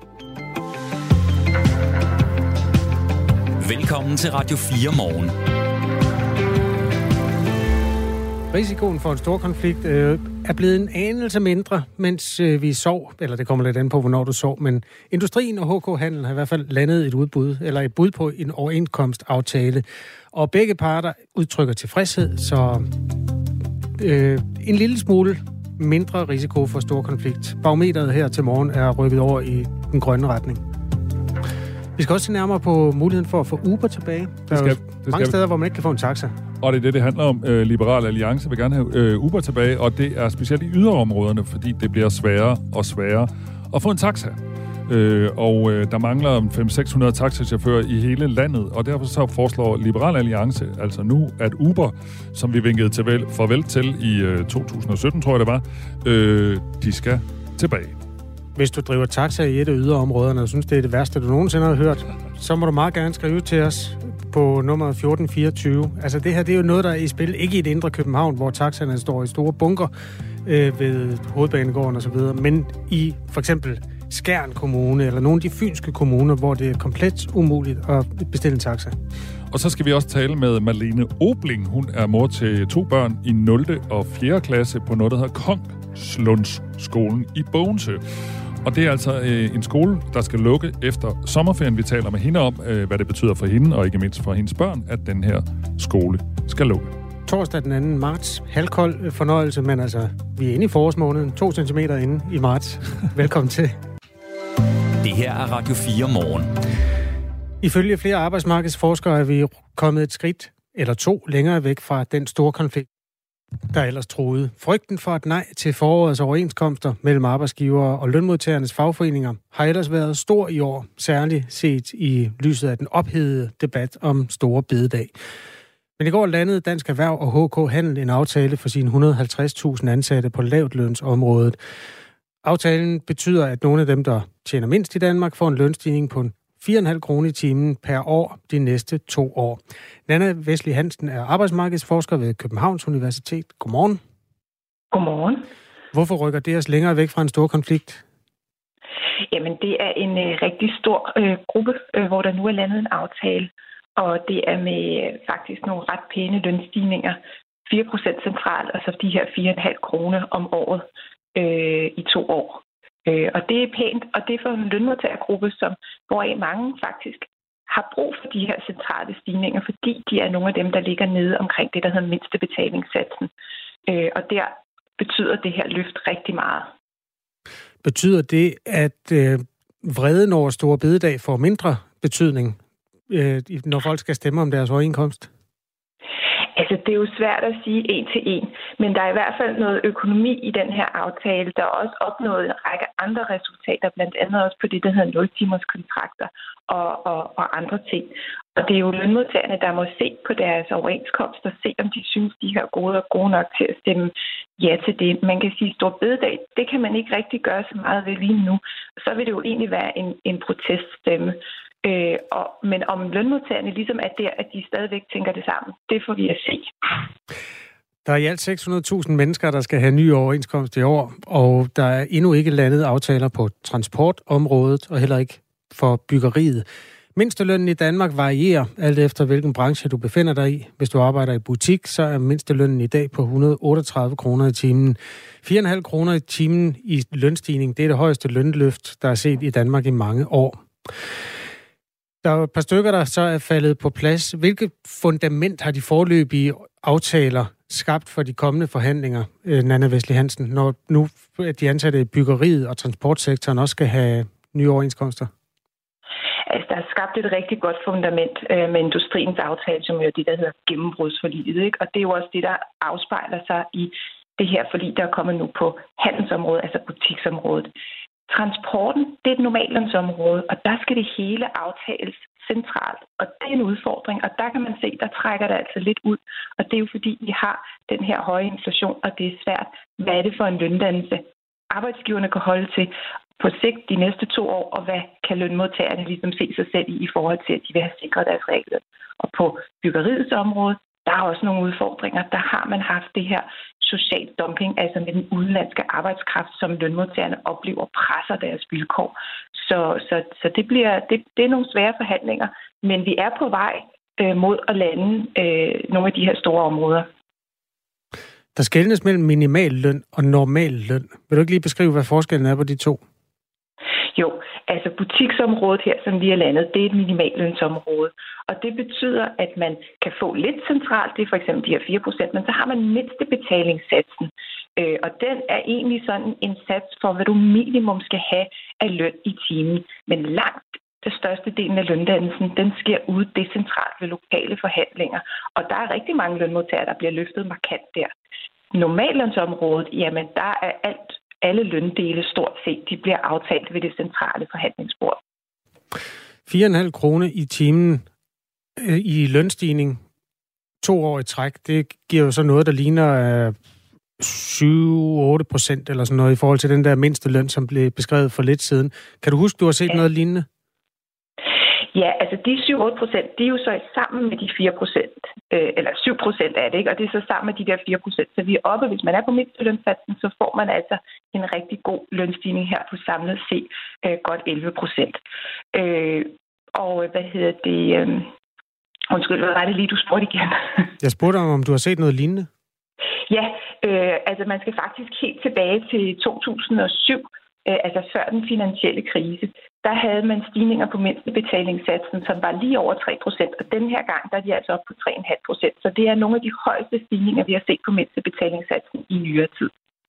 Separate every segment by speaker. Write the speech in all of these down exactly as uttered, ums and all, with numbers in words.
Speaker 1: Velkommen til Radio fire Morgen.
Speaker 2: Risikoen for en stor konflikt øh, er blevet en anelse mindre, mens øh, vi sov. Eller det kommer lidt an på, hvornår du sov. Men industrien og H K Handel har i hvert fald landet et udbud, eller et bud på en overenskomstaftale. Og begge parter udtrykker tilfredshed, så øh, en lille smule mindre risiko for stor konflikt. Barometeret her til morgen er rykket over i den grønne retning. Vi skal også se nærmere på muligheden for at få Uber tilbage. Der
Speaker 3: skal,
Speaker 2: er jo mange steder, hvor man ikke kan få en taxa.
Speaker 3: Og det er det, det handler om. Øh, Liberal Alliance vil gerne have øh, Uber tilbage, og det er specielt i yderområderne, fordi det bliver sværere og sværere at få en taxa. Øh, og øh, der mangler fem hundrede til seks hundrede taxachauffører i hele landet, og derfor så foreslår Liberal Alliance altså nu, at Uber, som vi vinkede til vel, farvel til i øh, to tusind og sytten, tror jeg det var, øh, de skal tilbage.
Speaker 2: Hvis du driver taxa i et af yderområderne og synes, det er det værste, du nogensinde har hørt, så må du meget gerne skrive til os på nummer fjorten fireogtyve. Altså det her, det er jo noget, der er i spil, ikke i det indre København, hvor taxaerne står i store bunker øh, ved Hovedbanegården og så videre, men i for eksempel Skjern Kommune eller nogle af de fynske kommuner, hvor det er komplet umuligt at bestille en taxa.
Speaker 3: Og så skal vi også tale med Marlene Obling. Hun er mor til to børn i nul og fjerde klasse på noget, der hedder Kongslundsskolen i Bogense. Og det er altså øh, en skole, der skal lukke efter sommerferien. Vi taler med hende om, øh, hvad det betyder for hende, og ikke mindst for hendes børn, at den her skole skal lukke.
Speaker 2: Torsdag den anden marts. Halvkold fornøjelse, men altså, vi er inde i forårsmåneden. To centimeter inde i marts. Velkommen til.
Speaker 1: Det her er Radio fire Morgen.
Speaker 2: Ifølge flere arbejdsmarkedsforskere er vi kommet et skridt eller to længere væk fra den store konflikt, der ellers troede. Frygten for et nej til forårets overenskomster mellem arbejdsgivere og lønmodtagernes fagforeninger har ellers været stor i år, særligt set i lyset af den ophedede debat om store bededag. Men i går landede Dansk Erhverv og H K Handel en aftale for sine et hundrede og halvtreds tusind ansatte på lavtlønsområdet. Aftalen betyder, at nogle af dem, der tjener mindst i Danmark, får en lønstigning på fire komma fem kroner i timen per år de næste to år. Nanna Wesley Hansen er arbejdsmarkedsforsker ved Københavns Universitet. Godmorgen.
Speaker 4: Godmorgen.
Speaker 2: Hvorfor rykker det os længere væk fra en stor konflikt?
Speaker 4: Jamen, det er en øh, rigtig stor øh, gruppe, øh, hvor der nu er landet en aftale, og det er med øh, faktisk nogle ret pæne lønstigninger. fire procent centralt, og så de her fire komma fem kroner om året øh, i to år. Øh, og det er pænt, og det er for en lønmodtagergruppe, som hvoraf mange faktisk har brug for de her centrale stigninger, fordi de er nogle af dem, der ligger nede omkring det, der hedder mindste betalingssatsen. Øh, og der betyder det her løft rigtig meget.
Speaker 2: Betyder det, at øh, vreden over store bededag får mindre betydning, øh, når folk skal stemme om deres overenskomst?
Speaker 4: Altså, det er jo svært at sige en til en, men der er i hvert fald noget økonomi i den her aftale. Der er også opnået en række andre resultater, blandt andet også på det, der hedder nul-timers kontrakter og, og, og andre ting. Og det er jo lønmodtagerne, der må se på deres overenskomst og se, om de synes, de er gode og gode nok til at stemme ja til det. Man kan sige, at stor bededag, det kan man ikke rigtig gøre så meget ved lige nu. Så vil det jo egentlig være en, en proteststemme. Øh, og, men om lønmodtagerne ligesom er der, at de stadigvæk tænker det sammen, det får vi at se.
Speaker 2: Der er i alt seks hundrede tusind mennesker, der skal have ny overenskomst i år, og der er endnu ikke landet aftaler på transportområdet, og heller ikke for byggeriet. Mindstelønnen i Danmark varierer, alt efter hvilken branche du befinder dig i. Hvis du arbejder i butik, så er mindstelønnen i dag på et hundrede og otteogtredive kroner i timen. fire komma fem kroner i timen i lønstigning, det er det højeste lønløft, der er set i Danmark i mange år. Der er et par stykker, der så er faldet på plads. Hvilket fundament har de foreløbige aftaler skabt for de kommende forhandlinger, Nanna Wesley Hansen, når nu de ansatte i byggeriet og transportsektoren også skal have nye overenskomster?
Speaker 4: Altså, der er skabt et rigtig godt fundament øh, med industriens aftale, som er det, der hedder gennembrudsforliget, ikke? Og det er jo også det, der afspejler sig i det her forlig, der er kommet nu på handelsområdet, altså butiksområdet. Transporten, det er et normallønsområde, og der skal det hele aftales centralt, og det er en udfordring, og der kan man se, der trækker det altså lidt ud, og det er jo fordi, vi har den her høje inflation, og det er svært. Hvad er det for en løndannelse, arbejdsgiverne kan holde til på sigt de næste to år, og hvad kan lønmodtagerne ligesom se sig selv i, i forhold til, at de vil have sikret deres regler. Og på byggeriets område, der er også nogle udfordringer. Der har man haft det her social dumping, altså med den udenlandske arbejdskraft, som lønmodtagerne oplever presser deres vilkår. Så, så, så det, bliver, det, det er nogle svære forhandlinger, men vi er på vej øh, mod at lande øh, nogle af de her store områder.
Speaker 2: Der skelnes mellem minimal løn og normal løn. Vil du ikke lige beskrive, hvad forskellen er på de to?
Speaker 4: Jo, altså butiksområdet her, som vi har landet, det er et minimallønsområde. Og det betyder, at man kan få lidt centralt, det er for eksempel de her fire procent, men så har man mindstebetalingssatsen. Øh, og den er egentlig sådan en sats for, hvad du minimum skal have af løn i timen. Men langt det største del af løndannelsen, den sker ude decentralt ved lokale forhandlinger. Og der er rigtig mange lønmodtagere, der bliver løftet markant der. Normallønsområdet, jamen der er alt alle løndele stort set, de bliver aftalt ved det centrale forhandlingsbord.
Speaker 2: fire komma fem kroner i timen øh, i lønstigning to år i træk, det giver jo så noget, der ligner øh, syv otte procent eller sådan noget i forhold til den der mindste løn, som blev beskrevet for lidt siden. Kan du huske, du har set ja. noget lignende? Ja, altså de syv otte procent, de er jo så sammen med de fire procent, øh, eller syv procent af det, ikke? Og det er så sammen med de der fire procent. Så vi er oppe, hvis man er på mindstelønsatsen, så får man altså en rigtig god lønstigning her på samlet set, øh, godt elleve procent. Øh, og hvad hedder det? Øh, undskyld, hvad var det lige, du spurgte igen? Jeg spurgte om, om du har set noget lignende?
Speaker 4: Ja, øh, altså man skal faktisk helt tilbage til to tusind og syv, øh, altså før den finansielle krise. Der havde man stigninger på mindstebetalingssatsen, som var lige over tre procent, og den her gang der er de altså op på tre komma fem procent. Så det er nogle af de højeste stigninger, vi har set på mindstebetalingssatsen i nyere tid.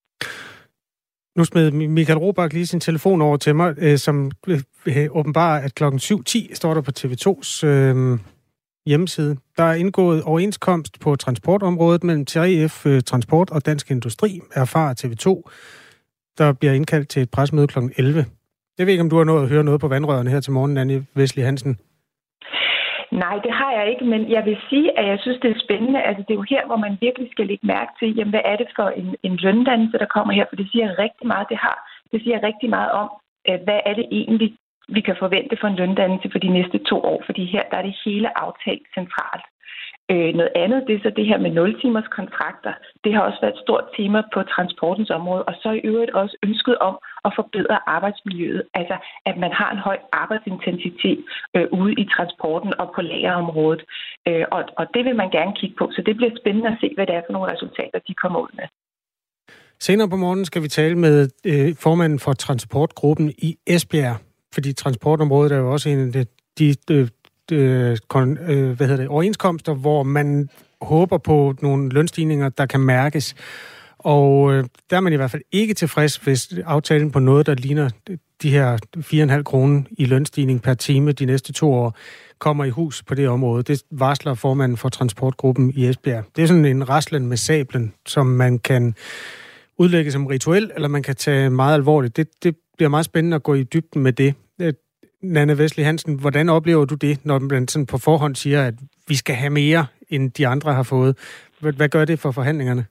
Speaker 2: Nu smed Michael Robach lige sin telefon over til mig, øh, som øh, åbenbarer, at klokken syv ti står der på T V to's øh, hjemmeside. Der er indgået overenskomst på transportområdet mellem tre F øh, Transport og Dansk Industri, erfarer T V to. Der bliver indkaldt til et pressemøde klokken elleve. Jeg ved ikke, om du har nået at høre noget på vandrørene her til morgen, Annie Wesley Hansen.
Speaker 4: Nej, det har jeg ikke, men jeg vil sige, at jeg synes, det er spændende. Altså, det er jo her, hvor man virkelig skal lægge mærke til, jamen, hvad er det for en, en løndannelse, der kommer her? For det siger rigtig meget, det har. Det siger rigtig meget om, hvad er det egentlig, vi kan forvente for en løndannelse for de næste to år. Fordi her, der er det hele aftalt centralt. Øh, noget andet, det er så det her med nul-timers kontrakter. Det har også været et stort tema på transportens område, og så i øvrigt også ønsket om at forbedre arbejdsmiljøet. Altså, at man har en høj arbejdsintensitet øh, ude i transporten og på lagerområdet. Øh, og, og det vil man gerne kigge på, så det bliver spændende at se, hvad det er for nogle resultater, de kommer ud med.
Speaker 2: Senere på morgenen skal vi tale med øh, formanden for transportgruppen i Esbjerg, fordi transportområdet er jo også en af de... de øh, Øh, kon, øh, hvad hedder det, overenskomster, hvor man håber på nogle lønstigninger, der kan mærkes. Og øh, der er man i hvert fald ikke tilfreds, hvis aftalen på noget, der ligner de her fire komma fem kroner i lønstigning per time de næste to år, kommer i hus på det område. Det varsler formanden for transportgruppen i Esbjerg. Det er sådan en raslen med sablen, som man kan udlægge som rituel, eller man kan tage meget alvorligt. Det, det bliver meget spændende at gå i dybden med det. Nanne Wesley Hansen, hvordan oplever du det, når man sådan på forhånd siger, at vi skal have mere, end de andre har fået? Hvad gør det for forhandlingerne?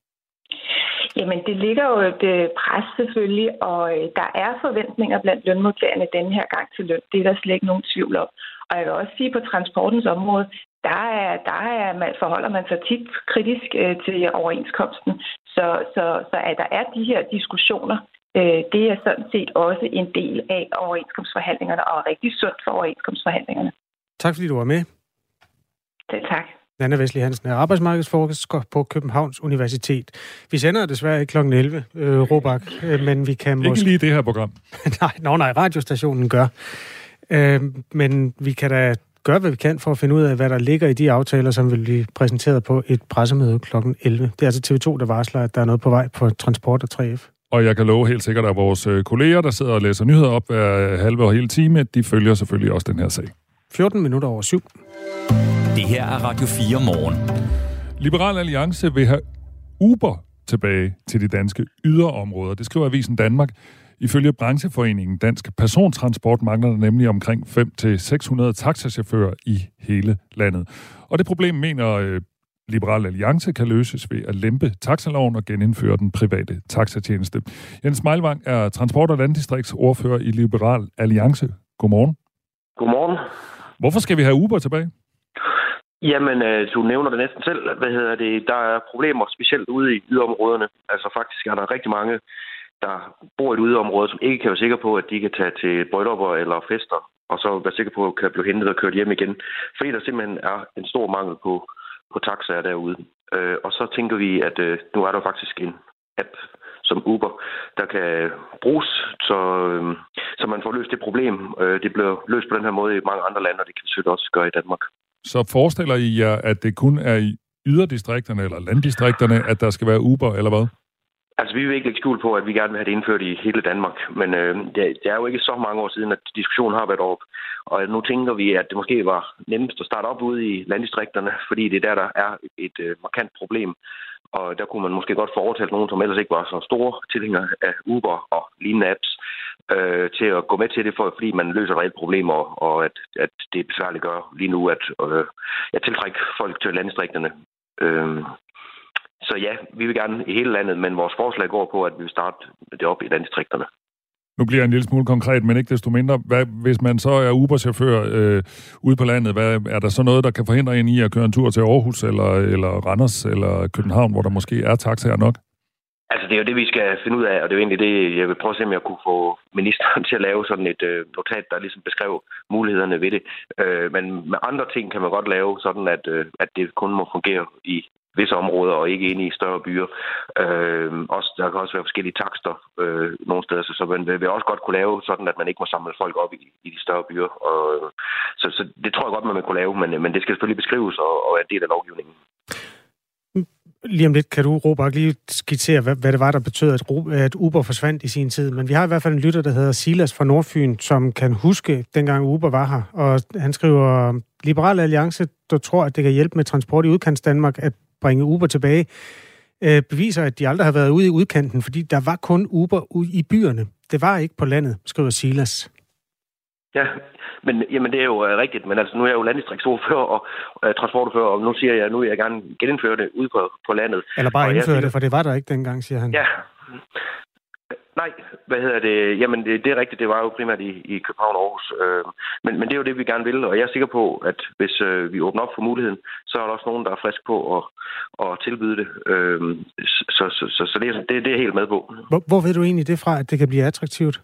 Speaker 4: Jamen, det ligger jo et pres selvfølgelig, og der er forventninger blandt lønmodtagerne denne her gang til løn. Det er der slet ikke nogen tvivl om. Og jeg vil også sige, på transportens område, der, er, der er, man, forholder man sig tit kritisk øh, til overenskomsten. Så, så, så at der er de her diskussioner, det er sådan set også en del af overenskomstforhandlingerne, og er rigtig sundt for overenskomstforhandlingerne.
Speaker 2: Tak fordi du var med.
Speaker 4: Selv tak.
Speaker 2: Nanne Wesley Hansen er arbejdsmarkedsforsker på Københavns Universitet. Vi sender desværre ikke klokken elleve, øh, Robach, øh, men vi kan
Speaker 3: måske... Ikke lige det her program.
Speaker 2: nej, no, nej, radiostationen gør. Øh, men vi kan da gøre, hvad vi kan for at finde ud af, hvad der ligger i de aftaler, som vil blive præsenteret på et pressemøde klokken elleve. Det er altså T V to, der varsler, at der er noget på vej på transport og tre F.
Speaker 3: Og jeg kan love helt sikkert, at vores kolleger, der sidder og læser nyheder op hver halve og hele time, de følger selvfølgelig også den her sag.
Speaker 2: fjorten minutter over syv.
Speaker 1: Det her er Radio fire morgen.
Speaker 3: Liberal Alliance vil have Uber tilbage til de danske yderområder. Det skriver Avisen Danmark. Ifølge brancheforeningen Dansk Persontransport mangler der nemlig omkring fem til seks hundrede taxachauffører i hele landet. Og det problem mener Liberal Alliance kan løses ved at lempe taxaloven og genindføre den private taxatjeneste. Jens Meilvang er transport- og landdistriktsordfører i Liberal Alliance. Godmorgen.
Speaker 5: Godmorgen.
Speaker 3: Hvorfor skal vi have Uber tilbage?
Speaker 5: Jamen, du nævner det næsten selv. Hvad hedder det? Der er problemer specielt ude i yderområderne. Altså faktisk er der rigtig mange, der bor i et yderområde, som ikke kan være sikker på, at de kan tage til bryllupper eller fester, og så være sikker på, at kan blive hentet og kørt hjem igen. Fordi der simpelthen er en stor mangel på, på taxaer derude. Øh, og så tænker vi, at øh, nu er der faktisk en app som Uber, der kan bruges, så, øh, så man får løst det problem. Øh, det bliver løst på den her måde i mange andre lande, og det kan vi selvfølgelig også gøre i Danmark. Så
Speaker 3: forestiller I jer, at det kun er i yderdistrikterne eller landdistrikterne, at der skal være Uber, eller hvad?
Speaker 5: Altså, vi vil ikke lægge skjul på, at vi gerne vil have det indført i hele Danmark, men øh, det, det er jo ikke så mange år siden, at diskussionen har været op. Og nu tænker vi, at det måske var nemmest at starte op ude i landdistrikterne, fordi det er der, der er et, et øh, markant problem. Og der kunne man måske godt få overtalt nogen, som ellers ikke var så store tilhængere af Uber og lignende apps, øh, til at gå med til det, for, fordi man løser et reelt problem, og, og at, at det besværligt gør lige nu, at øh, jeg tiltrækker folk til landdistrikterne. Øh, Så ja, vi vil gerne i hele landet, men vores forslag går på, at vi vil starte det op i landdistrikterne.
Speaker 3: Nu bliver jeg en lille smule konkret, men ikke desto mindre. Hvad, hvis man så er Uber-chauffør øh, ude på landet, hvad, er der så noget, der kan forhindre en i at køre en tur til Aarhus, eller, eller Randers, eller København, hvor der måske er taxaer nok?
Speaker 5: Altså, det er jo det, vi skal finde ud af, og det er jo egentlig det, jeg vil prøve at se, om jeg kunne få ministeren til at lave sådan et øh, notat, der ligesom beskrev mulighederne ved det. Øh, men med andre ting kan man godt lave sådan, at, øh, at det kun må fungere i visse områder, og ikke inde i større byer. Øh, også, der kan også være forskellige takster øh, nogle steder, så, så man vil også godt kunne lave sådan, at man ikke må samle folk op i, i de større byer. Og, så, så det tror jeg godt, man vil kunne lave, men, men det skal selvfølgelig beskrives og, og være del af lovgivningen.
Speaker 2: Lige om lidt kan du, Robert, lige skitsere, hvad, hvad det var, der betød, at, at Uber forsvandt i sin tid. Men vi har i hvert fald en lytter, der hedder Silas fra Nordfyn, som kan huske, dengang Uber var her. Og han skriver, Liberal Alliance, der tror, at det kan hjælpe med transport i udkants Danmark, at bringe Uber tilbage, øh, beviser, at de aldrig har været ude i udkanten, fordi der var kun Uber ude i byerne. Det var ikke på landet, skriver Silas.
Speaker 5: Ja, men jamen, det er jo uh, rigtigt, men altså, nu er jeg jo landdistriktsordfører og uh, transportordfører, og nu siger jeg, at nu vil jeg gerne genindføre det ude på, på landet.
Speaker 2: Eller bare indføre
Speaker 5: siger,
Speaker 2: det, for det var der ikke dengang, siger han.
Speaker 5: Ja. Nej, hvad hedder det? Jamen, det, det er rigtigt. Det var jo primært i, i København og Aarhus. Øh, men, men det er jo det, vi gerne vil, og jeg er sikker på, at hvis øh, vi åbner op for muligheden, så er der også nogen, der er frisk på at, at tilbyde det. Øh, så så, så, så det, det, det er helt med på.
Speaker 2: Hvor, hvor ved du egentlig det fra, at det kan blive attraktivt?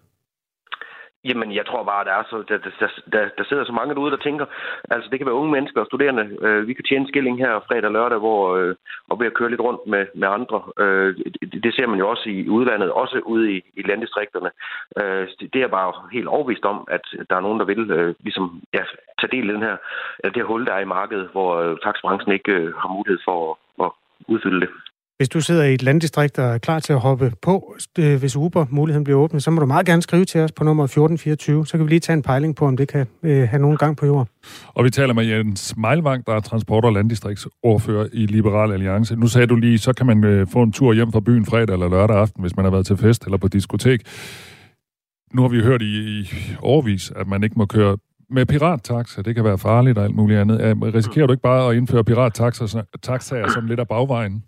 Speaker 5: Jamen, jeg tror bare, at der, er så, der, der, der, der sidder så mange derude, der tænker, altså det kan være unge mennesker og studerende. Øh, vi kan tjene skilling her fredag og lørdag, hvor, øh, og ved at køre lidt rundt med, med andre. Øh, det, det ser man jo også i udlandet, også ude i, i landdistrikterne. Øh, det er bare helt overbevist om, at der er nogen, der vil øh, ligesom, ja, tage del i den her, eller det hul, der er i markedet, hvor øh, taxabranchen ikke øh, har mulighed for at, at udfylde det.
Speaker 2: Hvis du sidder i et landdistrikt og er klar til at hoppe på, hvis Uber-muligheden bliver åbnet, så må du meget gerne skrive til os på nummer fjorten fireogtyve. Så kan vi lige tage en pejling på, om det kan øh, have nogen gang på jorden.
Speaker 3: Og vi taler med Jens Meilvang, der er transport- og landdistriktsordfører i Liberal Alliance. Nu sagde du lige, så kan man øh, få en tur hjem fra byen fredag eller lørdag aften, hvis man har været til fest eller på diskotek. Nu har vi hørt i, i årevis, at man ikke må køre med pirattaxa. Det kan være farligt og alt muligt andet. Risikerer du ikke bare at indføre pirattaxaer som lidt af bagvejen?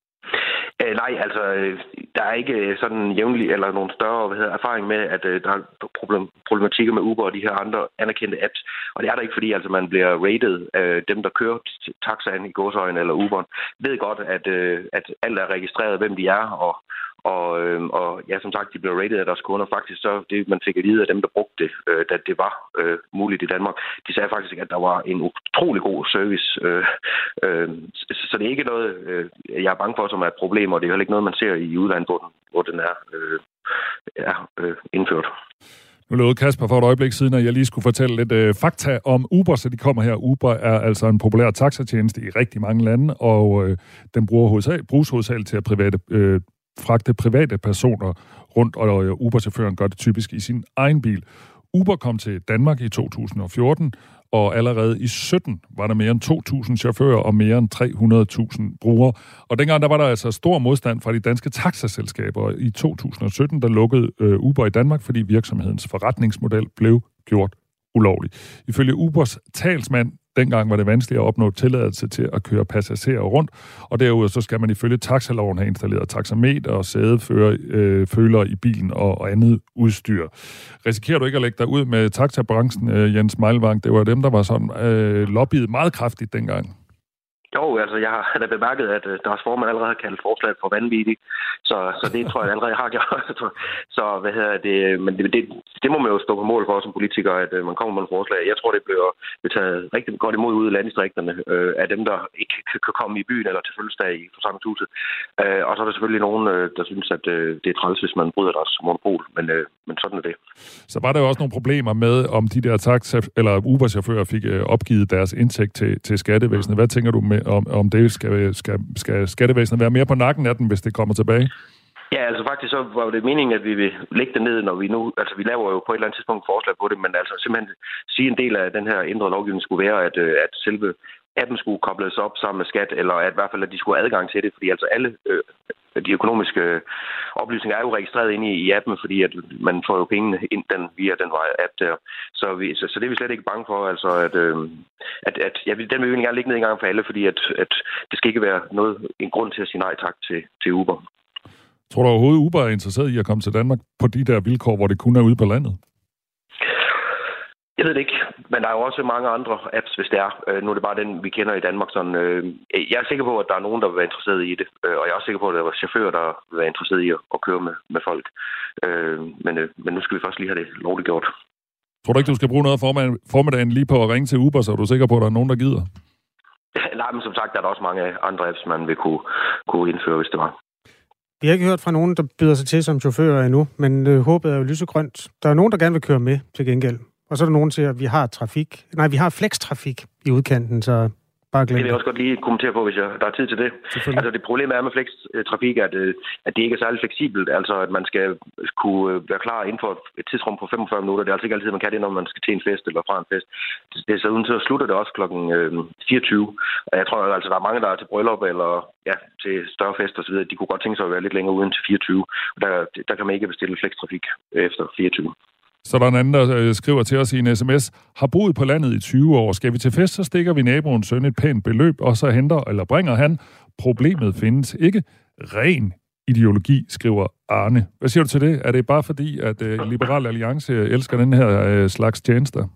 Speaker 5: Øh, nej, altså, der er ikke sådan jævnlig eller nogen større hvad hedder, erfaring med, at øh, der er problem, problematikker med Uber og de her andre anerkendte apps. Og det er der ikke, fordi altså, man bliver rated af dem, der kører taxaen i gåseøjne eller Uberen, ved godt, at, øh, at alt er registreret, hvem de er, og Og, øh, og ja, som sagt, de blev rated af deres kunder. Faktisk så, det man fik at vide af dem, der brugte det, øh, da det var øh, muligt i Danmark, de sagde faktisk, at der var en utrolig god service. Øh, øh, så, så det er ikke noget, øh, jeg er bange for, som er et problem, og det er heller ikke noget, man ser i udlandet, hvor den, hvor den er, øh, er øh, indført.
Speaker 3: Nu lovede Kasper for et øjeblik siden, at jeg lige skulle fortælle lidt øh, fakta om Uber, så de kommer her. Uber er altså en populær taxatjeneste i rigtig mange lande, og øh, den bruger hovedsag, bruges hovedsageligt til at private øh, fragte private personer rundt, og Uber-chaufføren gør det typisk i sin egen bil. Uber kom til Danmark i to tusind og fjorten, og allerede i sytten var der mere end to tusind chauffører og mere end tre hundrede tusind brugere. Og dengang der var der altså stor modstand fra de danske taxaselskaber. I to tusind og sytten der lukkede øh, Uber i Danmark, fordi virksomhedens forretningsmodel blev gjort ulovlig. Ifølge Ubers talsmand, dengang var det vanskeligt at opnå tilladelse til at køre passagerer rundt, og derudover så skal man ifølge taxaloven have installeret taxameter og sædeføler øh, føler i bilen og, og andet udstyr. Risikerer du ikke at lægge dig ud med taxabranchen, øh, Jens Meilvang? Det var dem, der var sådan øh, lobbyet meget kraftigt dengang.
Speaker 5: Jo, altså jeg har da bemærket, at uh, deres formand allerede har kaldt forslaget for vanvittigt, så, så det tror jeg allerede har gjort. Så hvad hedder det, men det, det, det må man jo stå på mål for som politiker, at uh, man kommer med et forslag. Jeg tror, det bliver taget rigtig godt imod ude i landdistrikterne uh, af dem, der ikke kan komme i byen eller til fødselsdag i forsamlingshuset. Uh, og så er der selvfølgelig nogen, uh, der synes, at uh, det er træls, hvis man bryder deres monopol, men, uh, men sådan er det. Så var der jo også nogle problemer med, om de der taxa eller Uber-chauffører fik uh, opgivet deres indtægt til, til skattevæsenet. Hvad tænker du med om, om det? Skal, skal, skal skattevæsenet være mere på nakken af den, hvis det kommer tilbage? Ja, altså faktisk så var det meningen, at vi vil lægge det ned, når vi nu... Altså vi laver jo på et eller andet tidspunkt forslag på det, men altså simpelthen sige en del af den her ændrede lovgivning skulle være, at, at selve appen skulle kobles op sammen med skat, eller at i hvert fald, at de skulle have adgang til det, fordi altså alle øh, de økonomiske oplysninger er jo registreret inde i, i appen, fordi at man får jo pengene ind den, via den vej app der. Så, vi, så, så det er vi slet ikke bange for, altså at, øh, at, at ja, den vil vi gerne lægge ned en gang for alle, fordi at, at det skal ikke være noget, en grund til at sige nej tak til, til Uber.
Speaker 3: Tror du overhovedet, Uber er interesseret i at komme til Danmark på de der vilkår, hvor det kun er ude på landet?
Speaker 5: Jeg ved det ikke, men der er jo også mange andre apps, hvis det er. Øh, nu er det bare den, vi kender i Danmark. Sådan, øh, jeg er sikker på, at der er nogen, der vil være interesseret i det, øh, og jeg er også sikker på, at der er chauffører, der vil være interesseret i at, at køre med, med folk. Øh, men, øh, men nu skal vi først lige have det lovligt gjort.
Speaker 3: Tror du ikke, du skal bruge noget af formiddagen lige på at ringe til Uber, så er du sikker på, at der er nogen, der gider?
Speaker 5: Nej, men som sagt, der er der også mange andre apps, man vil kunne, kunne indføre, hvis det var.
Speaker 2: Vi har ikke hørt fra nogen, der byder sig til som chauffører endnu, men øh, håbet er jo lysegrønt. Der er nogen, der gerne vil køre med til gengæld. Og så er der nogen, der siger, at vi har trafik. Nej, vi har flekstrafik i udkanten, så bare glem det.
Speaker 5: Det vil jeg også godt lige kommentere på, hvis jeg, der er tid til det. Altså det problem er med flekstrafik, at, at det ikke er særlig fleksibelt. Altså at man skal kunne være klar inden for et tidsrum på femogfyrre minutter. Det er altså ikke altid, man kan det, når man skal til en fest eller fra en fest. Det er så uden så slutter det også klokken fireogtyve. Og jeg tror altså, der er mange, der er til bryllup eller ja, til større fester osv. De kunne godt tænke sig at være lidt længere uden til fireogtyve. Og der, der kan man ikke bestille flekstrafik efter fireogtyve.
Speaker 3: Så der er en anden, der skriver til os i en sms, har boet på landet i tyve år. Skal vi til fest, så stikker vi naboens søn et pænt beløb, og så henter eller bringer han. Problemet findes ikke. Ren ideologi, skriver Arne. Hvad siger du til det? Er det bare fordi, at uh, Liberal Alliance elsker den her uh, slags tjenester?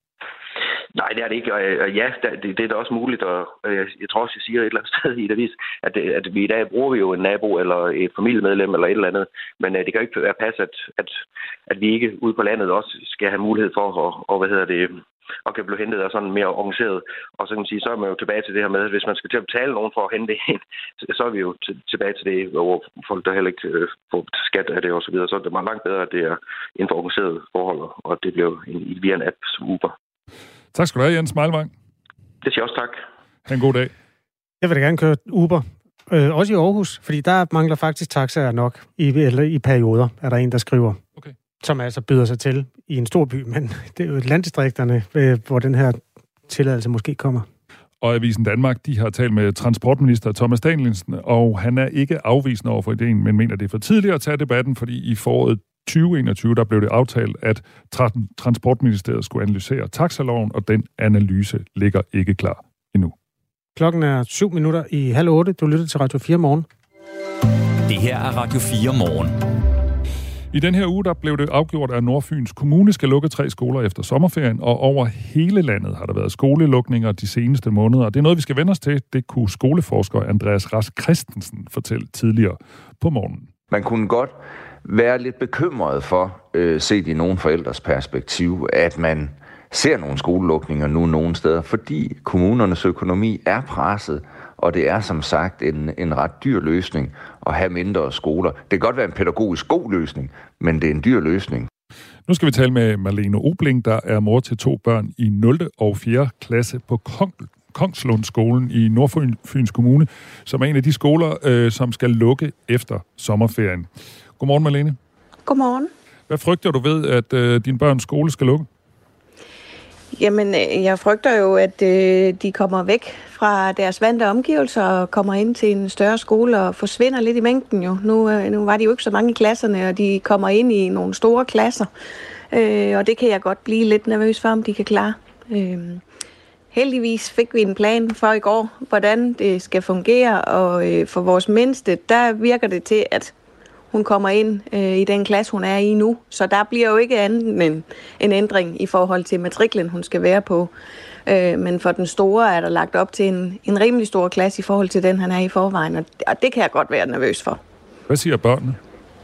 Speaker 5: Nej, det er det ikke. Og ja, det, det er da også muligt, og jeg tror også, jeg siger et eller andet sted i et avis, at, at vi i dag bruger vi jo en nabo eller et familiemedlem eller et eller andet, men det kan jo ikke være passe, at, at, at vi ikke ude på landet også skal have mulighed for at, og, hvad hedder det, og kan blive hentet af sådan mere organiseret. Og så kan man sige, så er man jo tilbage til det her med, at hvis man skal til at betale nogen for at hente det, så er vi jo t- tilbage til det, hvor folk der heller ikke øh, får skat af det og så videre. Så er det meget langt bedre, at det er inden for organiseret forhold, og det bliver en, via en app som Uber. Tak skal du have, Jens Meilvang. Det siger også tak.
Speaker 3: Ha' en god dag.
Speaker 2: Jeg vil da gerne køre Uber. Øh, også i Aarhus, fordi der mangler faktisk taxaer nok. I, eller i perioder, er der en, der skriver. Okay. Som altså byder sig til i en stor by, men det er jo landdistrikterne, øh, hvor den her tilladelse måske kommer.
Speaker 3: Og Avisen Danmark, de har talt med transportminister Thomas Danielsen, og han er ikke afvisende over for ideen, men mener, det er for tidligt at tage debatten, fordi i foråret tyve enogtyve, der blev det aftalt, at tra- Transportministeriet skulle analysere taxaloven, og den analyse ligger ikke klar endnu.
Speaker 2: Klokken er syv minutter i halv otte. Du lytter til Radio fire morgen.
Speaker 1: Det her er Radio fire morgen.
Speaker 3: I den her uge, der blev det afgjort, at Nordfyns Kommune skal lukke tre skoler efter sommerferien, og over hele landet har der været skolelukninger de seneste måneder. Det er noget, vi skal vende os til. Det kunne skoleforsker Andreas Rask Christensen fortælle tidligere på morgenen.
Speaker 6: Man kunne godt være lidt bekymret for, øh, set i nogle forældres perspektiv, at man ser nogle skolelukninger nu nogle steder, fordi kommunernes økonomi er presset, og det er som sagt en, en ret dyr løsning at have mindre skoler. Det kan godt være en pædagogisk god løsning, men det er en dyr løsning.
Speaker 3: Nu skal vi tale med Marlene Obling, der er mor til to børn i nul og fjerde klasse på Kong Kongslundskolen i Nordfyns Kommune, som er en af de skoler, øh, som skal lukke efter sommerferien. Godmorgen, Marlene.
Speaker 7: Godmorgen.
Speaker 3: Hvad frygter du ved, at øh, din børns skole skal lukke?
Speaker 7: Jamen, jeg frygter jo, at øh, de kommer væk fra deres vante omgivelser og kommer ind til en større skole og forsvinder lidt i mængden jo. Nu, øh, nu var de jo ikke så mange i klasserne, og de kommer ind i nogle store klasser. Øh, og det kan jeg godt blive lidt nervøs for, om de kan klare. Øh, heldigvis fik vi en plan for i går, hvordan det skal fungere, og øh, for vores mindste, der virker det til, at hun kommer ind øh, i den klasse, hun er i nu. Så der bliver jo ikke andet end en ændring i forhold til matriklen, hun skal være på. Øh, men for den store er der lagt op til en, en rimelig stor klasse i forhold til den, han er i forvejen. Og, og det kan jeg godt være nervøs for.
Speaker 3: Hvad siger børnene?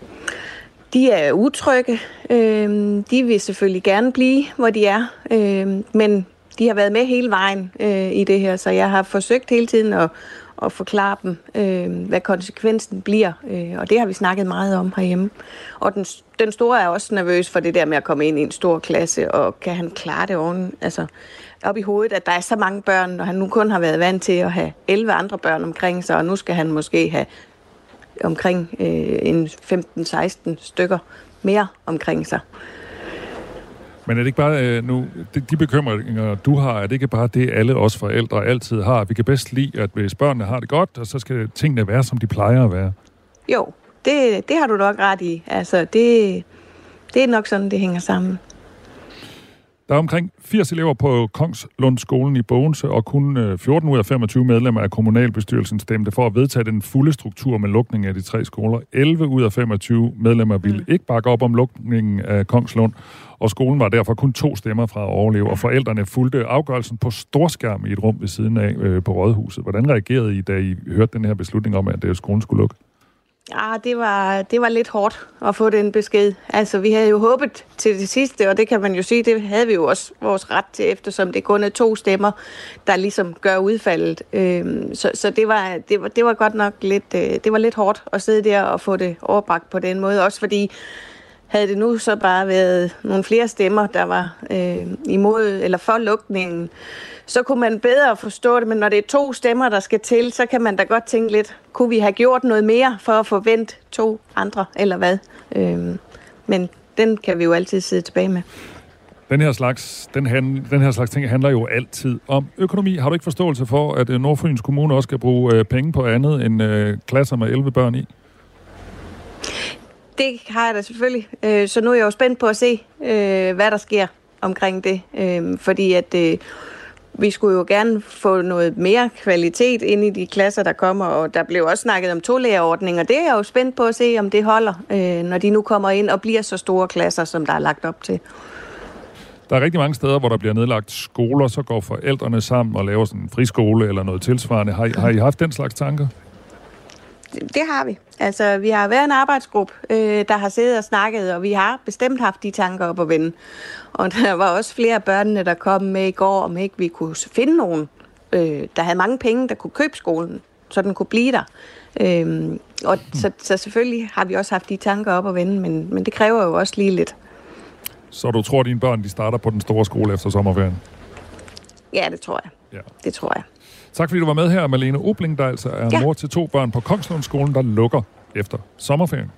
Speaker 7: De er utrygge. Øh, de vil selvfølgelig gerne blive, hvor de er. Øh, men de har været med hele vejen øh, i det her, så jeg har forsøgt hele tiden at, at forklare dem, øh, hvad konsekvensen bliver. Øh, og det har vi snakket meget om herhjemme. Og den, den store er også nervøs for det der med at komme ind i en stor klasse, og kan han klare det oven, altså op i hovedet, at der er så mange børn, og han nu kun har været vant til at have elleve andre børn omkring sig, og nu skal han måske have omkring øh, en femten seksten stykker mere omkring sig.
Speaker 3: Men er det ikke bare, øh, nu, de, de bekymringer, du har, er det ikke bare det, alle os forældre altid har? Vi kan bedst lide, at hvis børnene har det godt, og så skal tingene være, som de plejer at være.
Speaker 7: Jo, det, det har du nok ret i. Altså, det, det er nok sådan, det hænger sammen.
Speaker 3: Der er omkring firs elever på Kongslundskolen i Bogense, og kun fjorten ud af femogtyve medlemmer af kommunalbestyrelsen stemte for at vedtage den fulde struktur med lukning af de tre skoler. elleve ud af femogtyve medlemmer ville ikke bakke op om lukningen af Kongslund, og skolen var derfor kun to stemmer fra at overleve, og forældrene fulgte afgørelsen på storskærm i et rum ved siden af øh, på Rådhuset. Hvordan reagerede I, da I hørte den her beslutning om, at det skolen skulle lukke?
Speaker 7: Ja, det var, det var lidt hårdt at få den besked. Altså, vi havde jo håbet til det sidste, og det kan man jo sige, det havde vi jo også vores ret til, eftersom det kun er to stemmer, der ligesom gør udfaldet. Øhm, så så det, var, det, var, det var godt nok lidt, øh, det var lidt hårdt at sidde der og få det overbragt på den måde. Også fordi, havde det nu så bare været nogle flere stemmer, der var øh, imod eller for lukningen, så kunne man bedre forstå det, men når det er to stemmer, der skal til, så kan man da godt tænke lidt, kunne vi have gjort noget mere for at forvente to andre, eller hvad? Øhm, men den kan vi jo altid sidde tilbage med.
Speaker 3: Den her slags, den, han, den her slags ting handler jo altid om økonomi. Har du ikke forståelse for, at Nordfyns Kommune også skal bruge øh, penge på andet end øh, klasser med elleve børn i?
Speaker 7: Det har jeg da selvfølgelig. Øh, så nu er jeg jo spændt på at se, øh, hvad der sker omkring det. Øh, fordi at øh, vi skulle jo gerne få noget mere kvalitet ind i de klasser, der kommer, og der blev også snakket om tolærerordning, og det er jeg jo spændt på at se, om det holder, øh, når de nu kommer ind og bliver så store klasser, som der er lagt op til.
Speaker 3: Der er rigtig mange steder, hvor der bliver nedlagt skoler, så går forældrene sammen og laver sådan en friskole eller noget tilsvarende. Har I, har I haft den slags tanker?
Speaker 7: Det har vi. Altså, vi har været en arbejdsgruppe, øh, der har siddet og snakket, og vi har bestemt haft de tanker op at vende. Og der var også flere af børnene, der kom med i går, om ikke vi kunne finde nogen, øh, der havde mange penge, der kunne købe skolen, så den kunne blive der. Øh, og så, så selvfølgelig har vi også haft de tanker op at vende, men, men det kræver jo også lige lidt.
Speaker 3: Så du tror, at dine børn de starter på den store skole efter sommerferien?
Speaker 7: Ja, det tror jeg.
Speaker 3: Ja.
Speaker 7: Det tror jeg.
Speaker 3: Tak fordi du var med her, Malene Obling, der altså er ja. mor til to børn på Kongslundskolen, der lukker efter sommerferien.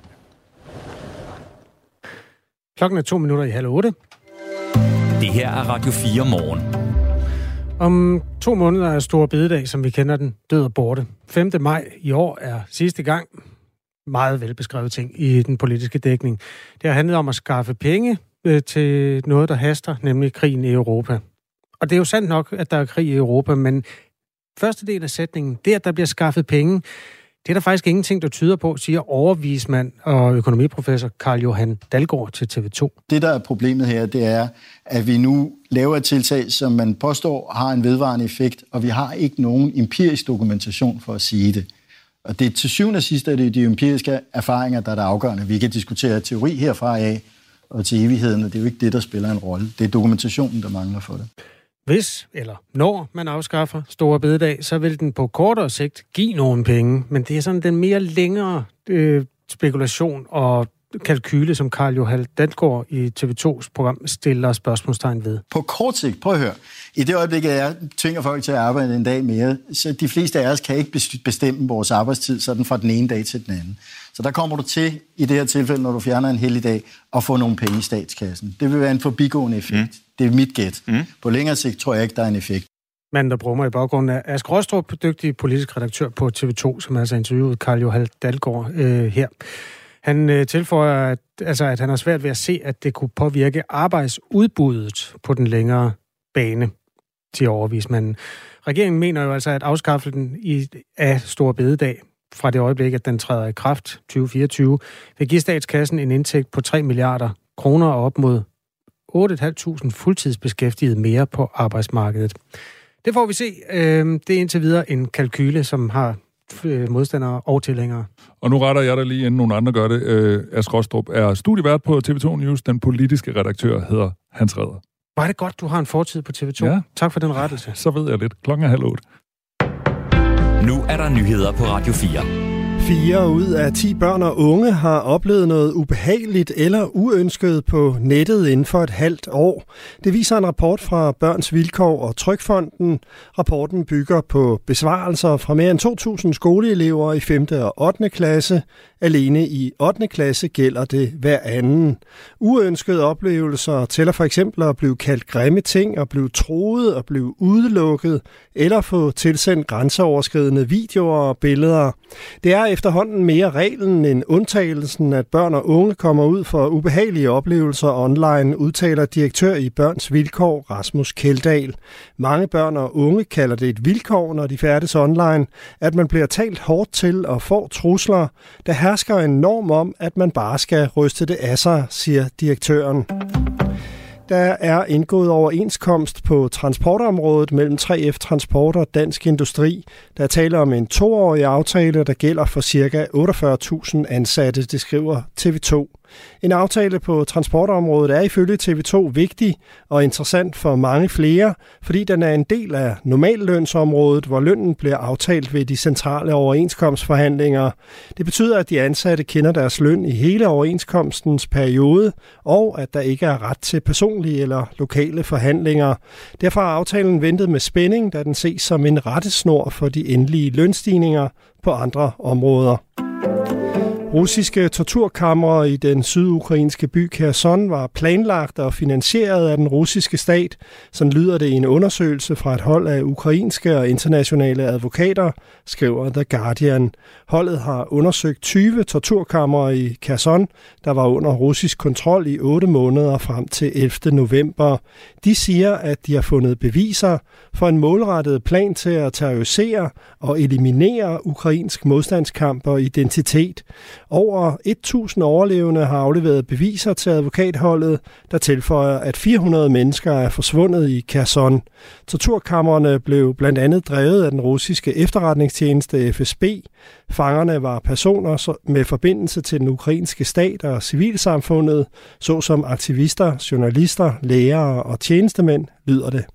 Speaker 2: Klokken er to minutter i halv otte.
Speaker 1: Det her er Radio fire morgen.
Speaker 2: Om to måneder er Store Bededag, som vi kender den, død og borte. femte maj i år er sidste gang. Meget velbeskrevet ting i den politiske dækning. Det har handlet om at skaffe penge øh, til noget, der haster, nemlig krigen i Europa. Og det er jo sandt nok, at der er krig i Europa, men første del af sætningen, det at der bliver skaffet penge, det er der faktisk ingenting, der tyder på, siger overvismand og økonomiprofessor Carl Johan Dalgaard til T V to.
Speaker 8: Det, der er problemet her, det er, at vi nu laver et tiltag, som man påstår har en vedvarende effekt, og vi har ikke nogen empirisk dokumentation for at sige det. Og det er til syvende og sidst, at det er de empiriske erfaringer, der er der afgørende. Vi kan diskutere teori herfra af og til evigheden, og det er jo ikke det, der spiller en rolle. Det er dokumentationen, der mangler for det.
Speaker 2: Hvis, eller når man afskaffer Store Bededag, så vil den på kortere sigt give nogle penge, men det er sådan den mere længere øh, spekulation og kalkyle, som Carl Johan Dalgaard i T V tos program stiller spørgsmålstegn ved.
Speaker 8: På kort sigt, prøv at høre. I det øjeblik, at jeg tvinger folk til at arbejde en dag mere, så de fleste af os kan ikke bestemme vores arbejdstid sådan fra den ene dag til den anden. Så der kommer du til, i det her tilfælde, når du fjerner en helligdag, at få nogle penge i statskassen. Det vil være en forbigående effekt. Mm. Det er mit gæt. Mm. På længere sigt tror jeg ikke, der er en effekt.
Speaker 2: Manden, der brummer i baggrunden, er Ask Rostrup, dygtig politisk redaktør på T V to, som altså interviewet Carl Johan Dalgaard øh, her. Han øh, tilføjer, at, altså, at han har svært ved at se, at det kunne påvirke arbejdsudbuddet på den længere bane, til overvismanden. Regeringen mener jo altså, at afskaffelsen i, af Store Bededag fra det øjeblik, at den træder i kraft tyve fireogtyve, vil give statskassen en indtægt på tre milliarder kroner og op mod otte tusind fem hundrede fuldtidsbeskæftigede mere på arbejdsmarkedet. Det får vi se. Det er indtil videre en kalkyle, som har modstandere og tilhængere.
Speaker 3: Og nu retter jeg dig lige, inden nogen andre gør det. Ask Rostrup er studievært på T V to News. Den politiske redaktør hedder Hans Redder.
Speaker 2: Var det godt, du har en fortid på T V to?
Speaker 3: Ja.
Speaker 2: Tak for den rettelse.
Speaker 3: Så ved jeg lidt. Klokken er halv otte.
Speaker 1: Nu er der nyheder på Radio fire.
Speaker 9: Fire ud af ti børn og unge har oplevet noget ubehageligt eller uønsket på nettet inden for et halvt år. Det viser en rapport fra Børns Vilkår og Trygfonden. Rapporten bygger på besvarelser fra mere end to tusind skoleelever i femte og ottende klasse. Alene i ottende klasse gælder det hver anden. Uønskede oplevelser tæller for eksempel at blive kaldt grimme ting, og blive troet og blive udelukket, eller få tilsendt grænseoverskridende videoer og billeder. Det er efterhånden mere reglen end undtagelsen, at børn og unge kommer ud for ubehagelige oplevelser online, udtaler direktør i Børns Vilkår, Rasmus Kjeldahl. Mange børn og unge kalder det et vilkår, når de færdes online, at man bliver talt hårdt til og får trusler. Der hersker en norm om, at man bare skal ryste det af sig, siger direktøren. Der er indgået overenskomst på transportområdet mellem tre F Transport og Dansk Industri. Der er tale om en toårig aftale, der gælder for ca. otteogfyrre tusind ansatte, det skriver T V to. En aftale på transportområdet er ifølge T V to vigtig og interessant for mange flere, fordi den er en del af normallønsområdet, hvor lønnen bliver aftalt ved de centrale overenskomstforhandlinger. Det betyder, at de ansatte kender deres løn i hele overenskomstens periode, og at der ikke er ret til personlige eller lokale forhandlinger. Derfor er aftalen ventet med spænding, da den ses som en rettesnor for de endelige lønstigninger på andre områder. Russiske torturkamre i den sydukrainske by Kherson var planlagt og finansieret af den russiske stat. Sådan lyder det i en undersøgelse fra et hold af ukrainske og internationale advokater, skriver The Guardian. Holdet har undersøgt tyve torturkamre i Kherson, der var under russisk kontrol i otte måneder frem til ellevte november. De siger, at de har fundet beviser for en målrettet plan til at terrorisere og eliminere ukrainsk modstandskamp og identitet. Over tusind overlevende har afleveret beviser til advokatholdet, der tilføjer, at fire hundrede mennesker er forsvundet i Kherson. Torturkamrene blev blandt andet drevet af den russiske efterretningstjeneste F S B. Fangerne var personer med forbindelse til den ukrainske stat og civilsamfundet, såsom aktivister, journalister, lærere og tjenestemænd, lyder det.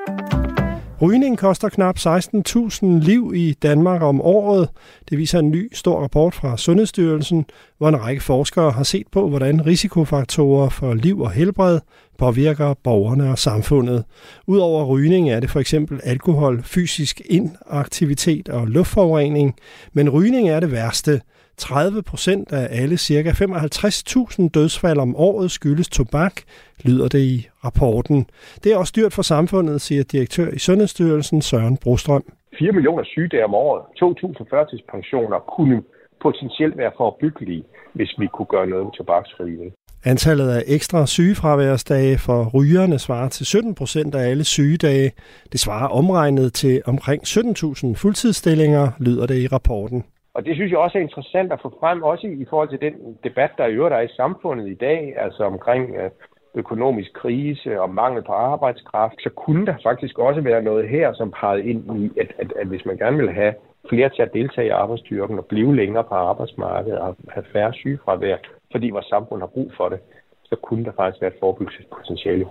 Speaker 9: Rygning koster knap seksten tusind liv i Danmark om året. Det viser en ny stor rapport fra Sundhedsstyrelsen, hvor en række forskere har set på, hvordan risikofaktorer for liv og helbred påvirker borgerne og samfundet. Udover rygning er det for eksempel alkohol, fysisk inaktivitet og luftforurening, men rygning er det værste. tredive procent af alle ca. femoghalvtreds tusind dødsfald om året skyldes tobak, lyder det i rapporten. Det er også dyrt for samfundet, siger direktør i Sundhedsstyrelsen Søren Brostrøm.
Speaker 10: fire millioner sygedage om året, to tusind førtidspensioner kunne potentielt være forebyggelige, hvis vi kunne gøre noget med tobaksrygning.
Speaker 9: Antallet af ekstra sygefraværsdage for rygerne svarer til sytten procent af alle sygedage. Det svarer omregnet til omkring sytten tusind fuldtidsstillinger, lyder det i rapporten.
Speaker 10: Og det synes jeg også er interessant at få frem, også i forhold til den debat, der i øvrigt er i samfundet i dag, altså omkring økonomisk krise og mangel på arbejdskraft, så kunne der faktisk også være noget her, som pegede ind i, at, at, at hvis man gerne vil have flere til at deltage i arbejdsstyrken og blive længere på arbejdsmarkedet og have færre sygefravær, fordi vores samfund har brug for det, så kunne der faktisk være et forebyggelsespotentiale.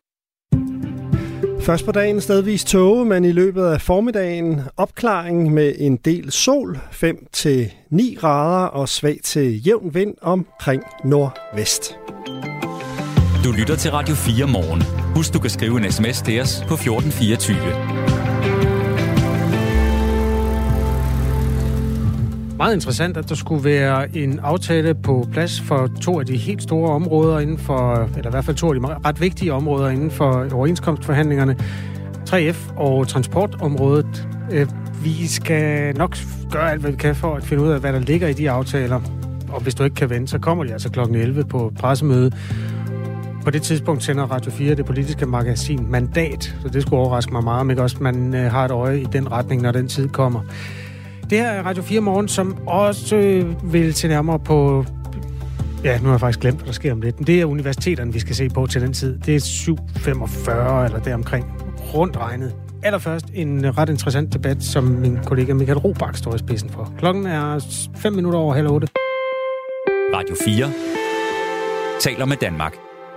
Speaker 9: Først på dagen stedvis tåge, men i løbet af formiddagen opklaring med en del sol, fem til ni grader og svag til jævn vind omkring nordvest.
Speaker 1: Du lytter til Radio fire morgen. Husk, du kan skrive en sms til os på fjorten fireogtyve.
Speaker 2: Meget interessant, at der skulle være en aftale på plads for to af de helt store områder inden for, eller i hvert fald to af de ret vigtige områder inden for overenskomstforhandlingerne, tre F og transportområdet. Vi skal nok gøre alt, hvad vi kan for at finde ud af, hvad der ligger i de aftaler. Og hvis du ikke kan vente, så kommer de altså klokken elleve på pressemøde. På det tidspunkt sender Radio fire det politiske magasin Mandat, så det skulle overraske mig meget, om ikke også man har et øje i den retning, når den tid kommer. Det her er Radio fire Morgen, som også øh, vil se nærmere på... Ja, nu har jeg faktisk glemt, hvad der sker om lidt. Men det er universiteterne, vi skal se på til den tid. Det er syv femogfyrre eller deromkring. Rundt regnet. Allerførst en ret interessant debat, som min kollega Michael Robach står i spidsen for. Klokken er fem minutter over halv otte.
Speaker 1: Radio fire taler med Danmark.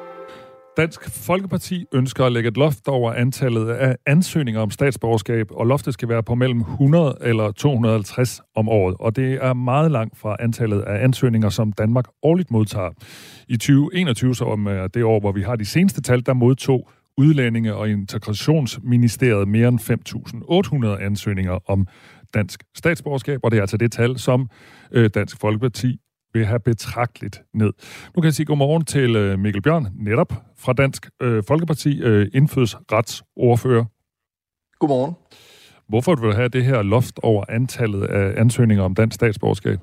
Speaker 3: Dansk Folkeparti ønsker at lægge et loft over antallet af ansøgninger om statsborgerskab, og loftet skal være på mellem hundrede eller to hundrede og halvtreds om året. Og det er meget langt fra antallet af ansøgninger, som Danmark årligt modtager. I tyve enogtyve, som er det år, hvor vi har de seneste tal, der modtog Udlændinge- og Integrationsministeriet mere end fem tusind otte hundrede ansøgninger om dansk statsborgerskab, og det er altså det tal, som øh, Dansk Folkeparti vil have betragteligt ned. Nu kan jeg sige godmorgen til Mikkel Bjørn, netop fra Dansk øh, Folkeparti, øh, indfødsretsordfører.
Speaker 11: Godmorgen.
Speaker 3: Hvorfor vil du have det her loft over antallet af ansøgninger om dansk statsborgerskab?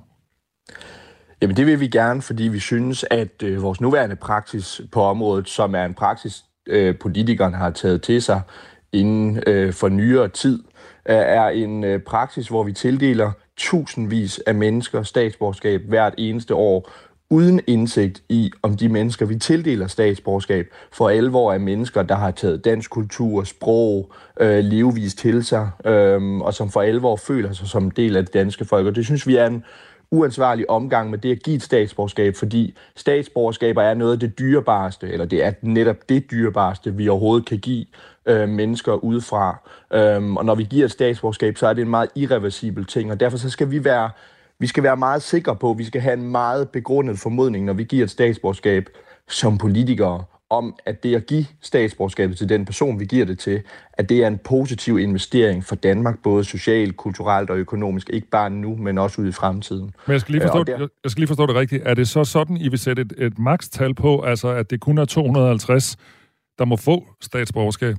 Speaker 11: Jamen det vil vi gerne, fordi vi synes, at øh, vores nuværende praksis på området, som er en praksis, øh, politikerne har taget til sig inden øh, for nyere tid, øh, er en øh, praksis, hvor vi tildeler tusindvis af mennesker statsborgerskab hvert eneste år, uden indsigt i, om de mennesker, vi tildeler statsborgerskab, for alvor af mennesker, der har taget dansk kultur, sprog, øh, levevis til sig, øh, og som for alvor føler sig som en del af det danske folk. Og det synes vi er en uansvarlig omgang med det at give et statsborgerskab, fordi statsborgerskaber er noget af det dyrebareste, eller det er netop det dyrebareste, vi overhovedet kan give øh, mennesker udefra. Øhm, og når vi giver et statsborgerskab, så er det en meget irreversibel ting, og derfor så skal vi være, vi skal være meget sikre på, vi skal have en meget begrundet formodning, når vi giver et statsborgerskab som politikere, om at det at give statsborgerskabet til den person, vi giver det til, at det er en positiv investering for Danmark, både socialt, kulturelt og økonomisk, ikke bare nu, men også ude i fremtiden.
Speaker 3: Men jeg skal lige forstå, der... jeg skal lige forstå det rigtigt. Er det så sådan, I vil sætte et, et makstal på, altså at det kun er to hundrede og halvtreds, der må få statsborgerskab?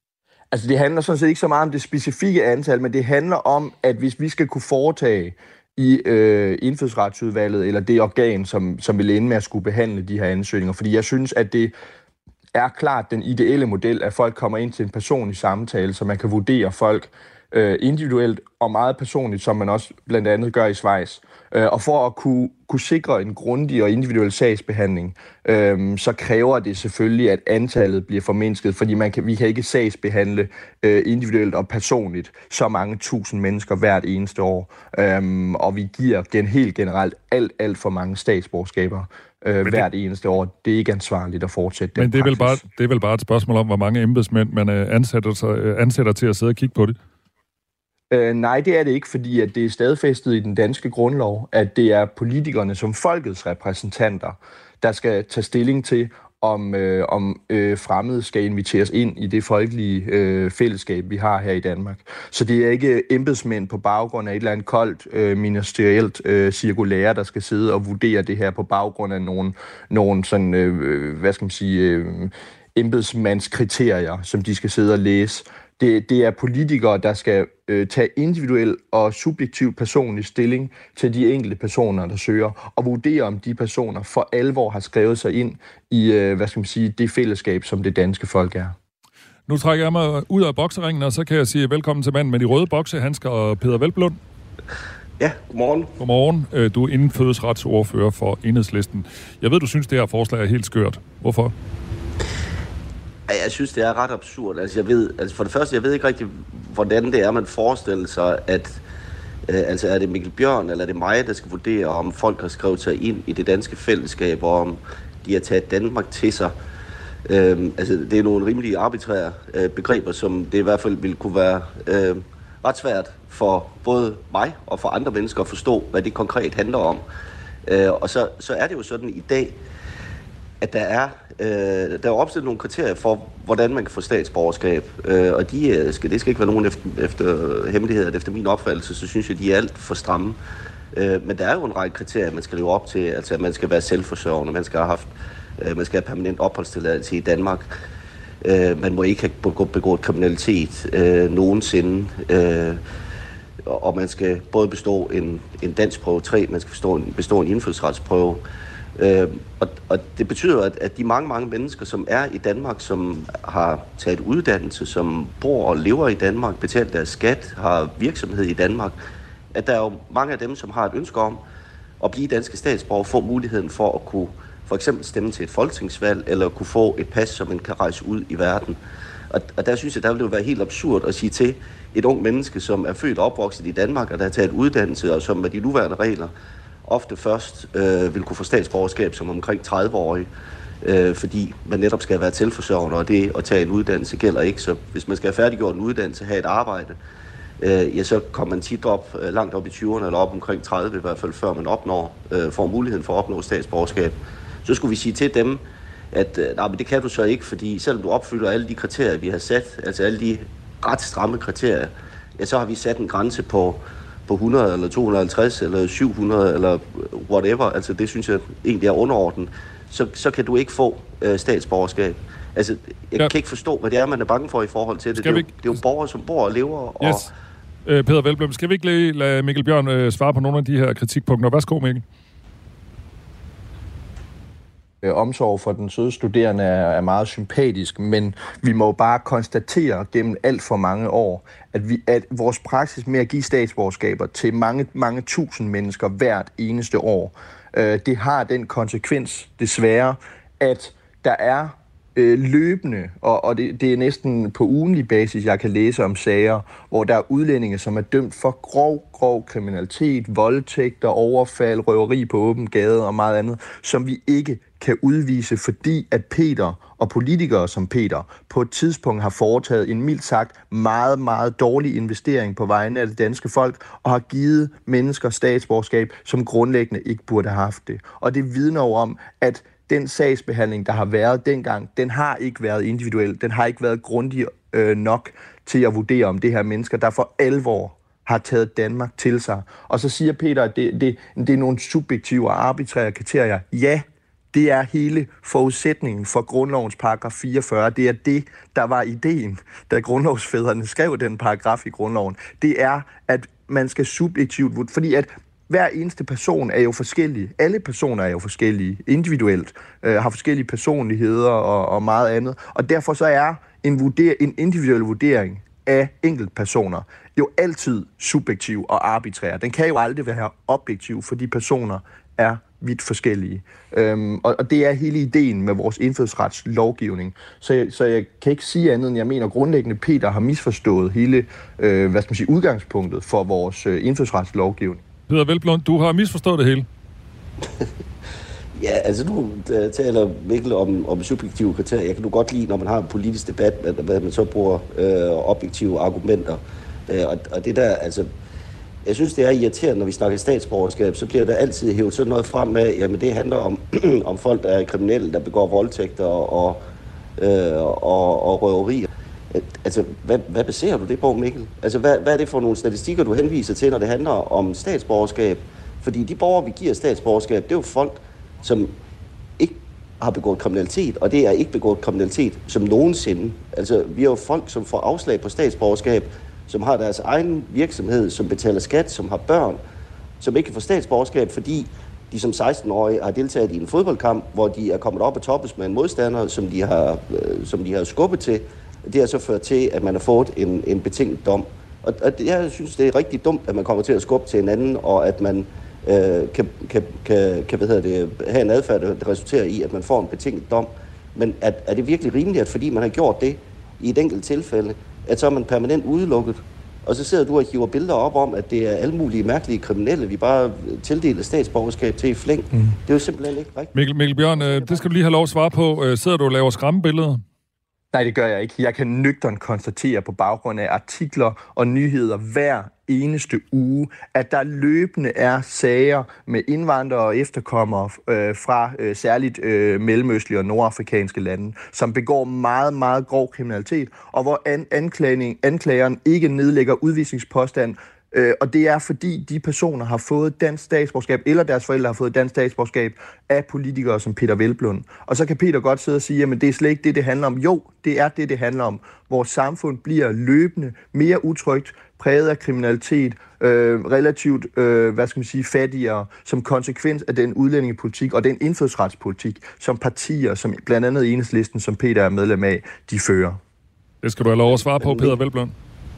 Speaker 11: Altså det handler sådan set ikke så meget om det specifikke antal, men det handler om, at hvis vi skal kunne foretage i øh, indfødsretsudvalget, eller det organ, som, som vil ende med at skulle behandle de her ansøgninger. Fordi jeg synes, at det er klart den ideelle model, at folk kommer ind til en personlig samtale, så man kan vurdere folk øh, individuelt og meget personligt, som man også blandt andet gør i Schweiz. Øh, og for at kunne, kunne sikre en grundig og individuel sagsbehandling, øh, så kræver det selvfølgelig, at antallet bliver formindsket, fordi man kan, vi kan ikke sagsbehandle øh, individuelt og personligt så mange tusind mennesker hvert eneste år. Øh, og vi giver gen, helt generelt alt, alt for mange statsborgerskaber øh, hvert det, eneste år. Det er ikke ansvarligt at fortsætte den
Speaker 3: Men det er, vel
Speaker 11: praksis.
Speaker 3: bare, det er vel bare et spørgsmål om, hvor mange embedsmænd man øh, ansætter, sig, øh, ansætter til at sidde og kigge på det?
Speaker 11: Øh, nej, det er det ikke, fordi at det er stadfæstet i den danske grundlov, at det er politikerne som folkets repræsentanter, der skal tage stilling til, om, øh, om øh, fremmede skal inviteres ind i det folkelige øh, fællesskab, vi har her i Danmark. Så det er ikke embedsmænd på baggrund af et eller andet koldt øh, ministerielt øh, cirkulære, der skal sidde og vurdere det her på baggrund af nogle, nogle sådan, øh, hvad skal man sige, øh, embedsmandskriterier, som de skal sidde og læse. Det, det er politikere, der skal øh, tage individuel og subjektiv personlig stilling til de enkelte personer, der søger, og vurdere, om de personer for alvor har skrevet sig ind i øh, hvad skal man sige, det fællesskab, som det danske folk er.
Speaker 3: Nu trækker jeg mig ud af bokseringen, og så kan jeg sige velkommen til manden med de røde boksehandsker og Peder Hvelplund.
Speaker 12: Ja, godmorgen.
Speaker 3: Godmorgen. Du er indfødsretsordfører for Enhedslisten. Jeg ved, du synes, det her forslag er helt skørt. Hvorfor?
Speaker 12: Jeg synes, det er ret absurd. Altså, jeg ved, altså for det første, jeg ved ikke rigtig, hvordan det er, man forestiller sig, at øh, altså er det Mikkel Bjørn, eller er det mig, der skal vurdere, om folk har skrevet sig ind i det danske fællesskab, og om de har taget Danmark til sig. Øh, altså, det er nogle rimelig arbitrære øh, begreber, som det i hvert fald ville kunne være øh, ret svært for både mig og for andre mennesker at forstå, hvad det konkret handler om. Øh, og så, så er det jo sådan i dag, at der er, øh, der er opstillet nogle kriterier for, hvordan man kan få statsborgerskab. Øh, og de øh, skal, det skal ikke være nogen efter, efter hemmeligheder. Efter min opfattelse, så synes jeg, de er alt for stramme. Øh, men der er jo en række kriterier, man skal leve op til. Altså, at man skal være selvforsørgende, man skal have haft, øh, man skal have permanent opholdstilladelse i Danmark. Øh, man må ikke have begået, begået kriminalitet øh, nogensinde. Øh, og man skal både bestå en, en dansk prøve tre, man skal bestå en, bestå en indfødsretsprøve. Øh, og, og det betyder, at, at de mange, mange mennesker, som er i Danmark, som har taget uddannelse, som bor og lever i Danmark, betalt deres skat, har virksomhed i Danmark, at der er jo mange af dem, som har et ønske om at blive danske statsborger, få muligheden for at kunne for eksempel stemme til et folketingsvalg, eller kunne få et pas, så man kan rejse ud i verden. Og, og der synes jeg, der ville det være helt absurd at sige til et ung menneske, som er født og opvokset i Danmark, og der har taget uddannelse, og som med de nuværende regler ofte først øh, vil kunne få statsborgerskab som omkring tredive-årig, øh, fordi man netop skal være selvforsørgende, og det at tage en uddannelse gælder ikke. Så hvis man skal have færdiggjort en uddannelse, have et arbejde, øh, ja, så kommer man tit op, øh, langt op i tyverne, eller op omkring tredive i hvert fald, før man opnår, øh, får muligheden for at opnå statsborgerskab. Så skulle vi sige til dem, at øh, nej, men det kan du så ikke, fordi selvom du opfylder alle de kriterier, vi har sat, altså alle de ret stramme kriterier, ja, så har vi sat en grænse på, på hundrede, eller to hundrede og halvtreds, eller syv hundrede, eller whatever. Altså det synes jeg egentlig er underordnet. Så, så kan du ikke få øh, statsborgerskab. Altså, jeg ja. kan ikke forstå, hvad det er, man er bange for i forhold til det. Det er, jo, det er jo borgere, som bor og lever.
Speaker 3: Yes.
Speaker 12: Og...
Speaker 3: Øh, Peder Hvelplund, skal vi ikke lige lade Mikkel Bjørn øh, svare på nogle af de her kritikpunkter? Værsgo, Mikkel.
Speaker 11: Omsorg for den søde studerende er meget sympatisk, men vi må bare konstatere gennem alt for mange år, at, vi, at vores praksis med at give statsborgerskaber til mange, mange tusind mennesker hvert eneste år, øh, det har den konsekvens, desværre, at der er øh, løbende, og, og det, det er næsten på ugenlig basis, jeg kan læse om sager, hvor der er udlændinge, som er dømt for grov, grov kriminalitet, voldtægter, overfald, røveri på åben gade og meget andet, som vi ikke kan udvise, fordi at Peter og politikere som Peter på et tidspunkt har foretaget en mildt sagt meget, meget dårlig investering på vegne af det danske folk, og har givet mennesker statsborgerskab, som grundlæggende ikke burde have haft det. Og det vidner jo om, at den sagsbehandling, der har været dengang, den har ikke været individuel, den har ikke været grundig øh, nok til at vurdere, om det her mennesker, der for alvor har taget Danmark til sig. Og så siger Peter, at det, det, det er nogle subjektive og arbitrære kriterier. Ja, det er hele forudsætningen for grundlovens paragraf fireogfyrre. Det er det, der var ideen, da grundlovsfædrene skrev den paragraf i grundloven. Det er, at man skal subjektivt, fordi at hver eneste person er jo forskellig. Alle personer er jo forskellige, individuelt, øh, har forskellige personligheder og, og meget andet. Og derfor så er en, vurder, en individuel vurdering af enkeltpersoner jo altid subjektiv og arbitrær. Den kan jo aldrig være objektiv, fordi personer er vidt forskellige. Øhm, og, og det er hele ideen med vores indfødsretslovgivning. Så jeg, så jeg kan ikke sige andet, end jeg mener grundlæggende, Peter har misforstået hele øh, hvad skal man sige, udgangspunktet for vores øh, indfødsretslovgivning.
Speaker 3: Peder Hvelplund, du har misforstået det hele.
Speaker 12: Ja, altså nu taler Mikkel om, om subjektive kriterier. Jeg kan du godt lide, når man har en politisk debat, at, at man så bruger øh, objektive argumenter. Øh, og, og det der, altså, jeg synes, det er irriterende, når vi snakker statsborgerskab, så bliver der altid hævet sådan noget frem med, jamen det handler om, om folk, der er kriminelle, der begår voldtægter og, øh, og, og røverier. Altså, hvad, hvad baserer du det på, Mikkel? Altså, hvad, hvad er det for nogle statistikker, du henviser til, når det handler om statsborgerskab? Fordi de borgere, vi giver statsborgerskab, det er jo folk, som ikke har begået kriminalitet, og det er ikke begået kriminalitet som nogensinde. Altså, vi er jo folk, som får afslag på statsborgerskab, som har deres egen virksomhed, som betaler skat, som har børn, som ikke kan få statsborgerskab, fordi de som seksten-årige har deltaget i en fodboldkamp, hvor de er kommet op og toppes med en modstander, som de har, øh, som de har skubbet til. Det har så ført til, at man har fået en, en betinget dom. Og, og jeg synes, det er rigtig dumt, at man kommer til at skubbe til en anden, og at man øh, kan, kan, kan, kan hvad hedder det, have en adfærd, der resulterer i, at man får en betinget dom. Men er, er det virkelig rimeligt, at fordi man har gjort det i et enkelt tilfælde, at så er man permanent udelukket? Og så sidder du og hiver billeder op om, at det er alle mulige mærkelige kriminelle, vi bare tildeler statsborgerskab til i flæng. Mm. Det er jo simpelthen ikke rigtigt.
Speaker 3: Mikkel, Mikkel Bjørn, øh, det skal du lige have lov at svare på. Sidder du og laver skræmmebilleder?
Speaker 11: Nej, det gør jeg ikke. Jeg kan nøgternt konstatere på baggrund af artikler og nyheder hver eneste uge, at der løbende er sager med indvandrere og efterkommere øh, fra øh, særligt øh, mellemøstlige og nordafrikanske lande, som begår meget, meget grov kriminalitet, og hvor an- anklageren ikke nedlægger udvisningspåstand. Øh, og det er, fordi de personer har fået dansk statsborgerskab, eller deres forældre har fået dansk statsborgerskab af politikere som Peder Hvelplund. Og så kan Peter godt sidde og sige, jamen det er slet ikke det, det handler om. Jo, det er det, det handler om. Vores samfund bliver løbende mere utrygt, præget af kriminalitet, øh, relativt, øh, hvad skal man sige, fattigere, som konsekvens af den udlændingepolitik og den indfødsretspolitik, som partier, som blandt andet Enhedslisten, som Peter er medlem af, de fører.
Speaker 3: Det skal du have lov at svare på, Peder Hvelplund.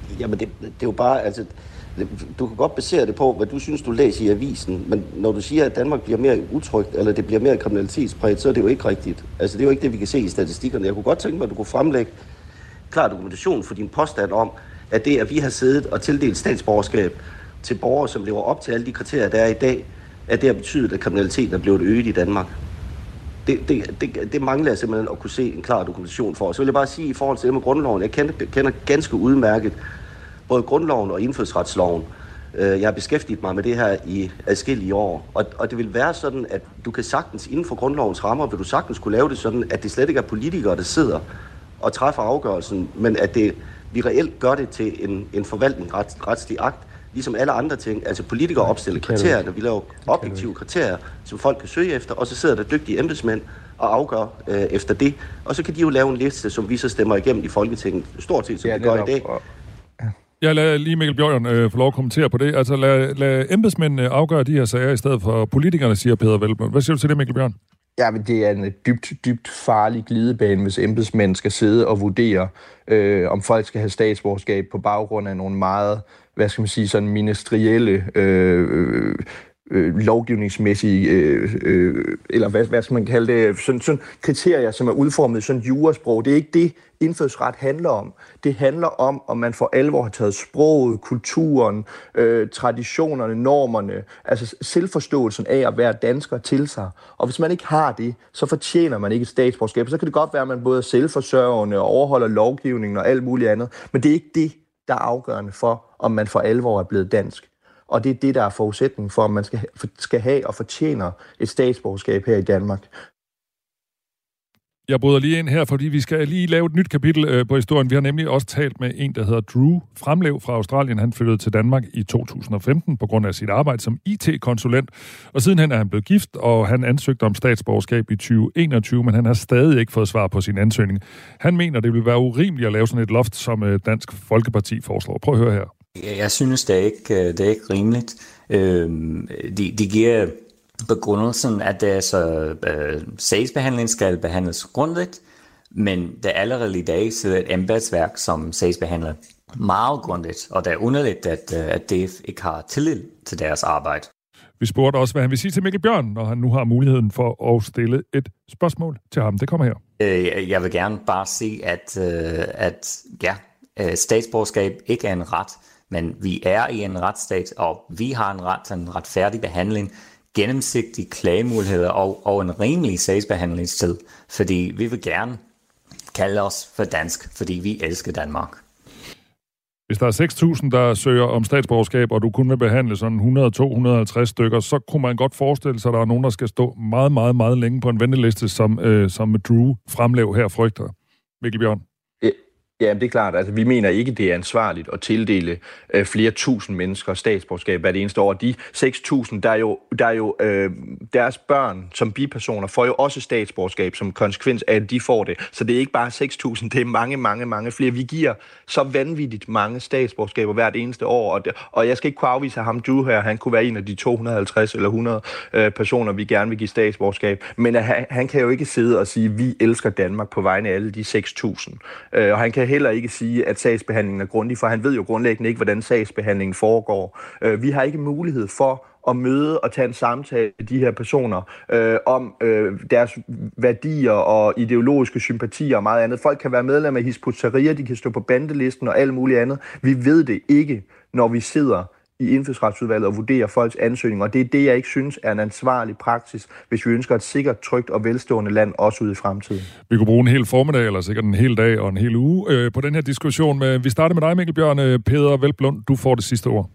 Speaker 12: Jamen, det, det er jo bare, altså, du kan godt basere det på, hvad du synes, du læser i avisen, men når du siger, at Danmark bliver mere utrygt, eller det bliver mere kriminalitetspræget, så er det jo ikke rigtigt. Altså, det er jo ikke det, vi kan se i statistikkerne. Jeg kunne godt tænke mig, at du kunne fremlægge klar dokumentation for din påstand om, at det, at vi har siddet og tildelt statsborgerskab til borgere, som lever op til alle de kriterier, der er i dag, at det har betydet, at kriminaliteten er blevet øget i Danmark. Det, det, det, det mangler jeg simpelthen at kunne se en klar dokumentation for. Så vil jeg bare sige, i forhold til det med grundloven, jeg kender, kender ganske udmærket både grundloven og indfødsretsloven. Jeg har beskæftiget mig med det her i adskillige år, og, og det vil være sådan, at du kan sagtens inden for grundlovens rammer, vil du sagtens kunne lave det sådan, at det slet ikke er politikere, der sidder og træffer afgørelsen, men at det, vi reelt gør det til en, en forvaltningsretslig akt, ligesom alle andre ting. Altså politikere opstiller kriterier, vi laver objektive kriterier, som folk kan søge efter, og så sidder der dygtige embedsmænd og afgør øh, efter det. Og så kan de jo lave en liste, som vi så stemmer igennem i Folketinget, stort set, som ja, vi gør i dag.
Speaker 3: Jeg lader lige Mikkel Bjørn øh, få lov at kommentere på det. Altså lad, lad embedsmændene afgøre de her sager i stedet for politikerne, siger Peder Hvelplund. Hvad siger du til det, Mikkel Bjørn?
Speaker 11: Ja, men det er en dybt, dybt farlig glidebane, hvis embedsmænd skal sidde og vurdere, øh, om folk skal have statsborgerskab på baggrund af nogle meget, hvad skal man sige, sådan ministerielle, øh, øh, lovgivningsmæssige, øh, øh, eller hvad, hvad skal man kalde det, sådan, sådan kriterier, som er udformet i sådan jurasprog. Det er ikke det, indfødsret handler om. Det handler om, om man for alvor har taget sproget, kulturen, øh, traditionerne, normerne, altså selvforståelsen af at være dansker til sig. Og hvis man ikke har det, så fortjener man ikke et statsborgerskab. Så kan det godt være, at man både er selvforsørgende og overholder lovgivningen og alt muligt andet. Men det er ikke det, der er afgørende for, om man for alvor er blevet dansk. Og det er det, der er forudsætningen for, om man skal, skal have og fortjener et statsborgerskab her i Danmark.
Speaker 3: Jeg bryder lige ind her, fordi vi skal lige lave et nyt kapitel øh, på historien. Vi har nemlig også talt med en, der hedder Drew Fremlev fra Australien. Han flyttede til Danmark i to tusind og femten på grund af sit arbejde som I T-konsulent. Og sidenhen er han blevet gift, og han ansøgte om statsborgerskab i tyve enogtyve, men han har stadig ikke fået svar på sin ansøgning. Han mener, det vil være urimeligt at lave sådan et loft, som øh, Dansk Folkeparti foreslår. Prøv at høre her.
Speaker 13: Jeg synes, det er ikke, det er ikke rimeligt. Øh, de, de giver begrundelsen, at deres øh, sagsbehandling skal behandles grundigt, men der er allerede i dag sidder et embedsværk, som sagsbehandler meget grundigt, og det er underligt, at, at D F ikke har tillid til deres arbejde.
Speaker 3: Vi spurgte også, hvad han vil sige til Mikkel Bjørn, når han nu har muligheden for at stille et spørgsmål til ham. Det kommer her.
Speaker 13: Øh, jeg vil gerne bare sige, at, øh, at ja, statsborgerskab ikke er en ret, men vi er i en retsstat, og vi har en ret til en retfærdig behandling, gennemsigtige klagemuligheder og, og en rimelig sagsbehandlingstid, fordi vi vil gerne kalde os for dansk, fordi vi elsker Danmark.
Speaker 3: Hvis der er seks tusind, der søger om statsborgerskab, og du kun vil behandle sådan hundrede til to hundrede og halvtreds stykker, så kunne man godt forestille sig, at der er nogen, der skal stå meget, meget, meget længe på en venteliste, som, øh, som Drew Fremlev her frygter. Mikkel Bjørn?
Speaker 11: Ja, det er klart. Altså, vi mener ikke, det er ansvarligt at tildele øh, flere tusind mennesker statsborgerskab hver det eneste år. De seks tusind, der er jo, der er jo øh, deres børn som bipersoner, får jo også statsborgerskab som konsekvens af, at de får det. Så det er ikke bare seks tusind, det er mange, mange, mange flere. Vi giver så vanvittigt mange statsborgerskaber hvert eneste år, og, det, og jeg skal ikke kunne afvise ham, Drew her, han kunne være en af de to hundrede og halvtreds eller hundrede øh, personer, vi gerne vil give statsborgerskab. Men uh, han, han kan jo ikke sidde og sige, vi elsker Danmark på vegne af alle de seks tusind. Øh, og han kan heller ikke sige, at sagsbehandlingen er grundig, for han ved jo grundlæggende ikke, hvordan sagsbehandlingen foregår. Øh, vi har ikke mulighed for at møde og tage en samtale med de her personer øh, om øh, deres værdier og ideologiske sympatier og meget andet. Folk kan være medlem af Hizb ut-Tahrir, de kan stå på bandelisten og alt muligt andet. Vi ved det ikke, når vi sidder i indfødsretsudvalget og vurderer folks ansøgninger, og det er det, jeg ikke synes er en ansvarlig praksis, hvis vi ønsker et sikkert, trygt og velstående land også ude i fremtiden.
Speaker 3: Vi kunne bruge en hel formiddag, eller sikkert en hel dag og en hel uge øh, på den her diskussion. Men vi starter med dig, Mikkel Bjørn. Peder Hvelplund, du får det sidste ord.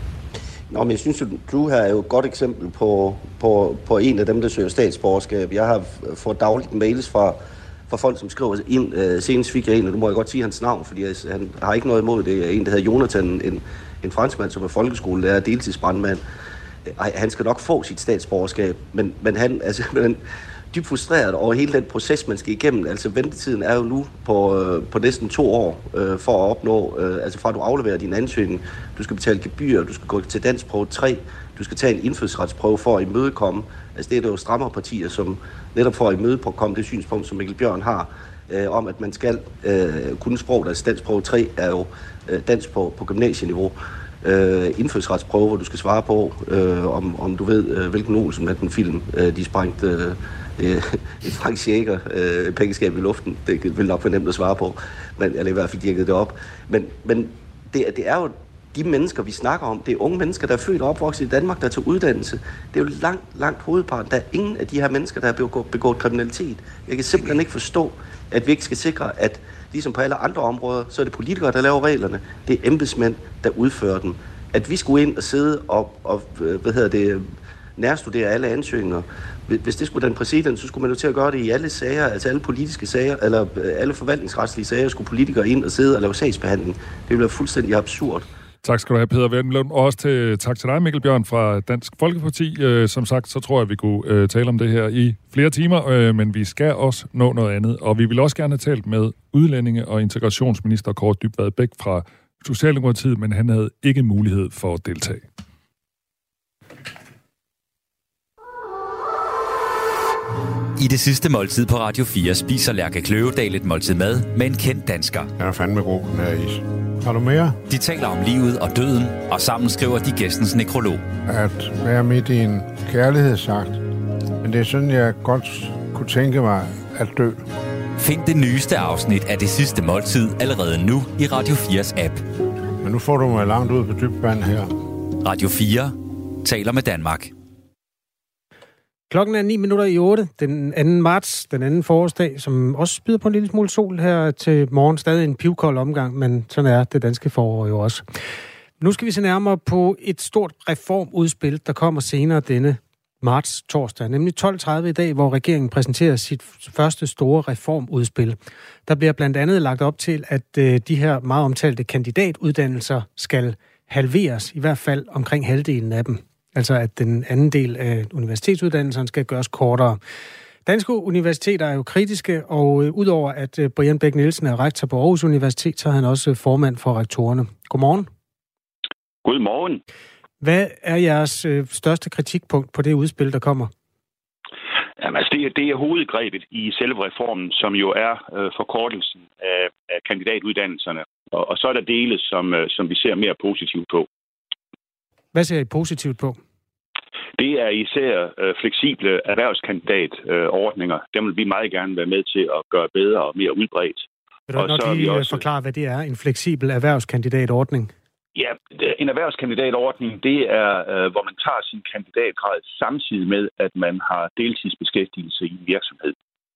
Speaker 12: Nå, men jeg synes, at Drew her er jo et godt eksempel på, på, på en af dem, der søger statsborgerskab. Jeg har fået dagligt mails fra, fra folk, som skriver ind. Øh, senest fik jeg en, og nu må jeg godt sige hans navn, fordi jeg, han har ikke noget imod det. En, der hedder Jonathan, en En franskmand, som er folkeskolelærer og deltidsbrandmand. Han skal nok få sit statsborgerskab, men, men han altså, er dybt frustreret over hele den proces, man skal igennem. Altså ventetiden er jo nu på, på næsten to år øh, for at opnå, øh, altså fra at du afleverer din ansøgning. Du skal betale gebyr, du skal gå til danskprøve tre, du skal tage en indfødsretsprøve for at imødekomme. Altså det er der jo strammere partier, som netop for at imødekomme det synspunkt, som Mikkel Bjørn har, øh, om, at man skal øh, kunne sprog. Der er danskprøve tre er jo øh, dansk på, på gymnasieniveau. Øh, indfødsretsprøve, hvor du skal svare på, øh, om, om du ved, øh, hvilken Olsen med den film, øh, de sprængte øh, et Frank Schäger øh, pengeskab i luften. Det vil nok være nemt at svare på, men, eller i hvert fald dirket det op. Men, men det, det er jo de mennesker, vi snakker om. Det er unge mennesker, der er født og opvokset i Danmark, der tager uddannelse. Det er jo langt, langt hovedparten. Der er ingen af de her mennesker, der har begået, begået kriminalitet. Jeg kan simpelthen ikke forstå, at vi ikke skal sikre, at ligesom på alle andre områder, så er det politikere, der laver reglerne. Det er embedsmænd, der udfører dem. At vi skulle ind og sidde og, og hvad hedder det, nærstudere alle ansøgninger. Hvis det skulle den præsident, så skulle man jo til at gøre det i alle sager, altså alle politiske sager, eller alle forvaltningsretslige sager, skulle politikere ind og sidde og lave sagsbehandling. Det ville være fuldstændig absurd.
Speaker 3: Tak skal du have, Peder Hvelplund. Og også til, tak til dig, Mikkel Bjørn fra Dansk Folkeparti. Øh, som sagt, så tror jeg, at vi kunne øh, tale om det her i flere timer, øh, men vi skal også nå noget andet. Og vi vil også gerne have talt med udlændinge- og integrationsminister Kaare Dybvad Bek fra Socialdemokratiet, men han havde ikke mulighed for at deltage.
Speaker 1: I det sidste måltid på Radio fire spiser Lærke Kløvedal et måltid mad med en kendt dansker.
Speaker 14: Jeg er fandme god, den her is. Har du mere?
Speaker 1: De taler om livet og døden, og sammen skriver de gæstens nekrolog.
Speaker 14: At være midt i en kærlighedsakt. Men det er sådan, jeg godt kunne tænke mig at dø.
Speaker 1: Find det nyeste afsnit af Det sidste måltid allerede nu i Radio fires app.
Speaker 14: Men nu får du mig langt ud på dybt vand her.
Speaker 1: Radio fire taler med Danmark.
Speaker 2: Klokken er ni minutter i otte, den anden marts, den anden forårsdag, som også byder på en lille smule sol her til morgen. Stadig en pivkold omgang, men sådan er det danske forår jo også. Nu skal vi se nærmere på et stort reformudspil, der kommer senere denne marts torsdag, nemlig tolv tredive i dag, hvor regeringen præsenterer sit første store reformudspil. Der bliver blandt andet lagt op til, at de her meget omtalte kandidatuddannelser skal halveres, i hvert fald omkring halvdelen af dem. Altså at den anden del af universitetsuddannelserne skal gøres kortere. Danske universiteter er jo kritiske, og udover at Brian Bech Nielsen er rektor på Aarhus Universitet, så er han også formand for rektorerne. Godmorgen.
Speaker 15: Godmorgen.
Speaker 2: Hvad er jeres største kritikpunkt på det udspil, der kommer?
Speaker 15: Jamen, altså det, er, det er hovedgrebet i selve reformen, som jo er øh, forkortelsen af, af kandidatuddannelserne. Og, og så er der dele, som, øh, som vi ser mere positivt på.
Speaker 2: Hvad ser I positivt på?
Speaker 15: Det er især øh, fleksible erhvervskandidatordninger. Øh, Dem vil vi meget gerne være med til at gøre bedre og mere udbredt.
Speaker 2: Vil du nok lige også forklare, hvad det er, en fleksibel erhvervskandidatordning?
Speaker 15: Ja, en erhvervskandidatordning, det er, øh, hvor man tager sin kandidatgrad samtidig med, at man har deltidsbeskæftigelse i en virksomhed.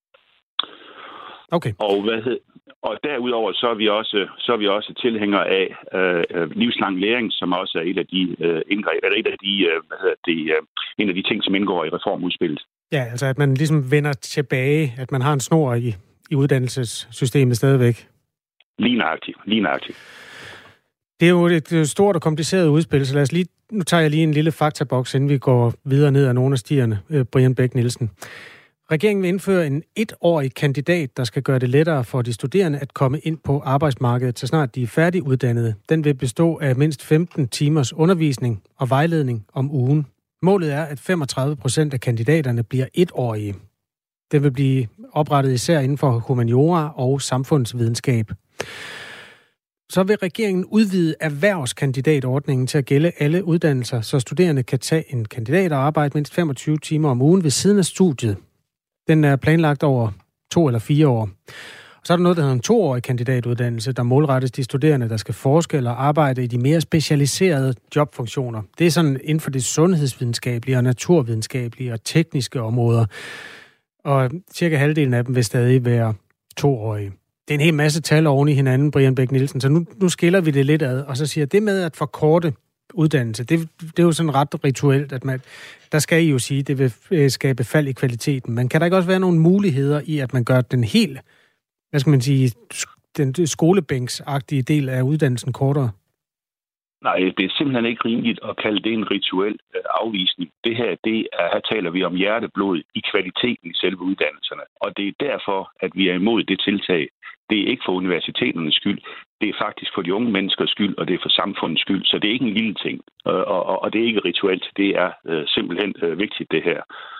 Speaker 2: Okay.
Speaker 15: Og, hvad hed, og derudover så er vi også, så er vi også tilhængere af øh, livslang læring, som også er et af de øh, indgreb, eller et af de, øh, hvad hedder det, øh, en af de ting, som indgår i reformudspillet.
Speaker 2: Ja, altså at man ligesom vender tilbage, at man har en snor i, i uddannelsessystemet stadigvæk.
Speaker 15: Lige nøjagtigt, lige nøjagtigt.
Speaker 2: Det er jo et, et stort og kompliceret udspil, så lad os lige, nu tager jeg lige en lille faktaboks, inden vi går videre ned ad nogle af stierne, øh, Brian Bech Nielsen. Regeringen vil indføre en etårig kandidat, der skal gøre det lettere for de studerende at komme ind på arbejdsmarkedet, så snart de er færdiguddannede. Den vil bestå af mindst femten timers undervisning og vejledning om ugen. Målet er, at femogtredive procent af kandidaterne bliver etårige. Den vil blive oprettet især inden for humaniora og samfundsvidenskab. Så vil regeringen udvide erhvervskandidatordningen til at gælde alle uddannelser, så studerende kan tage en kandidat og arbejde mindst femogtyve timer om ugen ved siden af studiet. Den er planlagt over to eller fire år. Og så er der noget, der hedder en toårig kandidatuddannelse, der målrettes de studerende, der skal forske eller arbejde i de mere specialiserede jobfunktioner. Det er sådan inden for det sundhedsvidenskabelige og naturvidenskabelige og tekniske områder. Og cirka halvdelen af dem vil stadig være toårige. Det er en hel masse tal oven i hinanden, Brian Bech Nielsen, så nu, nu skiller vi det lidt ad, og så siger det med at forkorte uddannelse, det, det er jo sådan ret rituelt, at man, der skal I jo sige, det vil skabe fald i kvaliteten. Men kan der ikke også være nogle muligheder i, at man gør den helt, hvad skal man sige, den skolebænksagtige del af uddannelsen kortere?
Speaker 15: Nej, det er simpelthen ikke rimeligt at kalde det en rituel øh, afvisning. Det her, det er, her taler vi om hjerteblod i kvaliteten i selve uddannelserne. Og det er derfor, at vi er imod det tiltag. Det er ikke for universiteternes skyld. Det er faktisk for de unge menneskers skyld, og det er for samfundets skyld. Så det er ikke en lille ting. Og, og, og det er ikke rituelt. Det er øh, simpelthen øh, vigtigt, det her.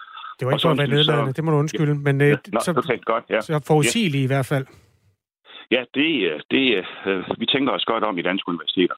Speaker 2: Det var ikke for at være nedladende, det må du undskylde. Men
Speaker 15: ja,
Speaker 2: øh,
Speaker 15: nå,
Speaker 2: så,
Speaker 15: okay, godt, ja.
Speaker 2: så forudsigeligt ja. i hvert fald.
Speaker 15: Ja, det, det øh, vi tænker os godt om i danske universiteter.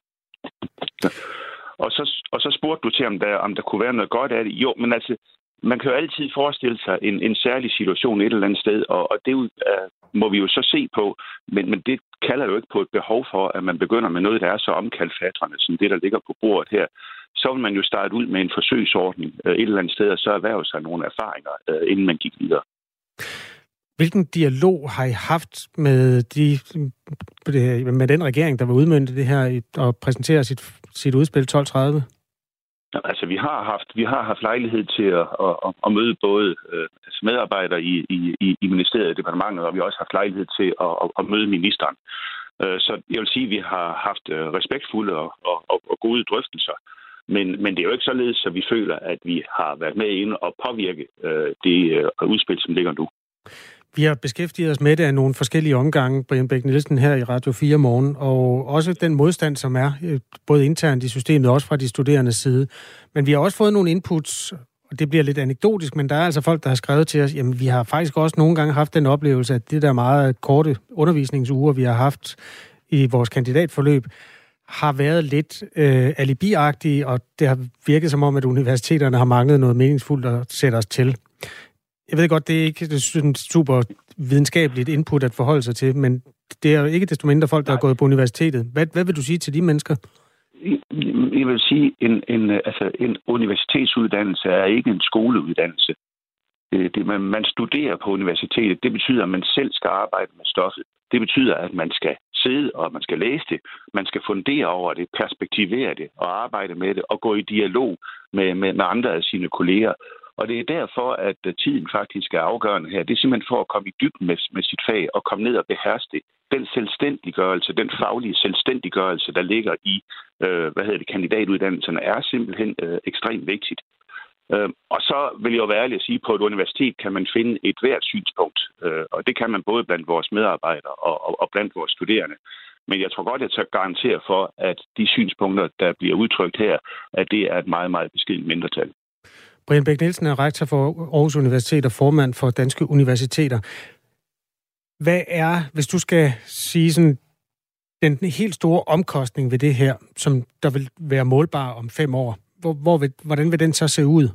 Speaker 15: Og så, og så spurgte du til, om der, om der kunne være noget godt af det. Jo, men altså, man kan jo altid forestille sig en, en særlig situation et eller andet sted, og, og det uh, må vi jo så se på, men, men det kalder jo ikke på et behov for, at man begynder med noget, der er så omkalfatrende, som det, der ligger på bordet her. Så vil man jo starte ud med en forsøgsordning uh, et eller andet sted, og så erhverve sig nogle erfaringer, uh, inden man gik videre.
Speaker 2: Hvilken dialog har I haft med, de, med den regering, der vil udmønte det her og præsentere sit, sit udspil tolv tredive?
Speaker 15: Altså, vi har haft, vi har haft lejlighed til at, at, at møde både øh, medarbejdere i, i, i ministeriet og departementet, og vi har også haft lejlighed til at, at, at møde ministeren. Øh, så jeg vil sige, at vi har haft respektfulde og, og, og gode drøftelser. Men, men det er jo ikke således, at vi føler, at vi har været med inde og påvirke øh, det øh, udspil, som ligger nu.
Speaker 2: Vi har beskæftiget os med det af nogle forskellige omgange, Brian Bech Nielsen, her i Radio fire Morgen, og også den modstand, som er både internt i systemet og også fra de studerendes side. Men vi har også fået nogle inputs, og det bliver lidt anekdotisk, men der er altså folk, der har skrevet til os, jamen vi har faktisk også nogle gange haft den oplevelse, at det der meget korte undervisningsuger, vi har haft i vores kandidatforløb, har været lidt øh, alibiagtige, og det har virket som om, at universiteterne har manglet noget meningsfuldt at sætte os til. Jeg ved godt, det er ikke et super videnskabeligt input at forholde sig til, men det er jo ikke desto mindre folk, der Nej. er gået på universitetet. Hvad, hvad vil du sige til de mennesker?
Speaker 15: Jeg vil sige, en, en, altså, en universitetsuddannelse er ikke en skoleuddannelse. Det, man, man studerer på universitetet, det betyder, at man selv skal arbejde med stoffet. Det betyder, at man skal sidde og man skal læse det, man skal fundere over det, perspektivere det og arbejde med det og gå i dialog med, med, med andre af sine kolleger. Og det er derfor, at tiden faktisk er afgørende her. Det er simpelthen for at komme i dybden med, med sit fag og komme ned og beherske det. Den selvstændiggørelse, den faglige selvstændiggørelse, der ligger i øh, hvad hedder det, kandidatuddannelserne, er simpelthen øh, ekstremt vigtigt. Øh, og så vil jeg jo være ærlig at sige, at på et universitet kan man finde et hvert synspunkt. Øh, og det kan man både blandt vores medarbejdere og, og, og blandt vores studerende. Men jeg tror godt, at jeg tør garantere for, at de synspunkter, der bliver udtrykt her, at det er et meget, meget beskedent mindretal.
Speaker 2: Brian Bech Nielsen er rektor for Aarhus Universitet og formand for Danske Universiteter. Hvad er, hvis du skal sige sådan, den helt store omkostning ved det her, som der vil være målbar om fem år, hvor, hvor vil, hvordan vil den så se ud?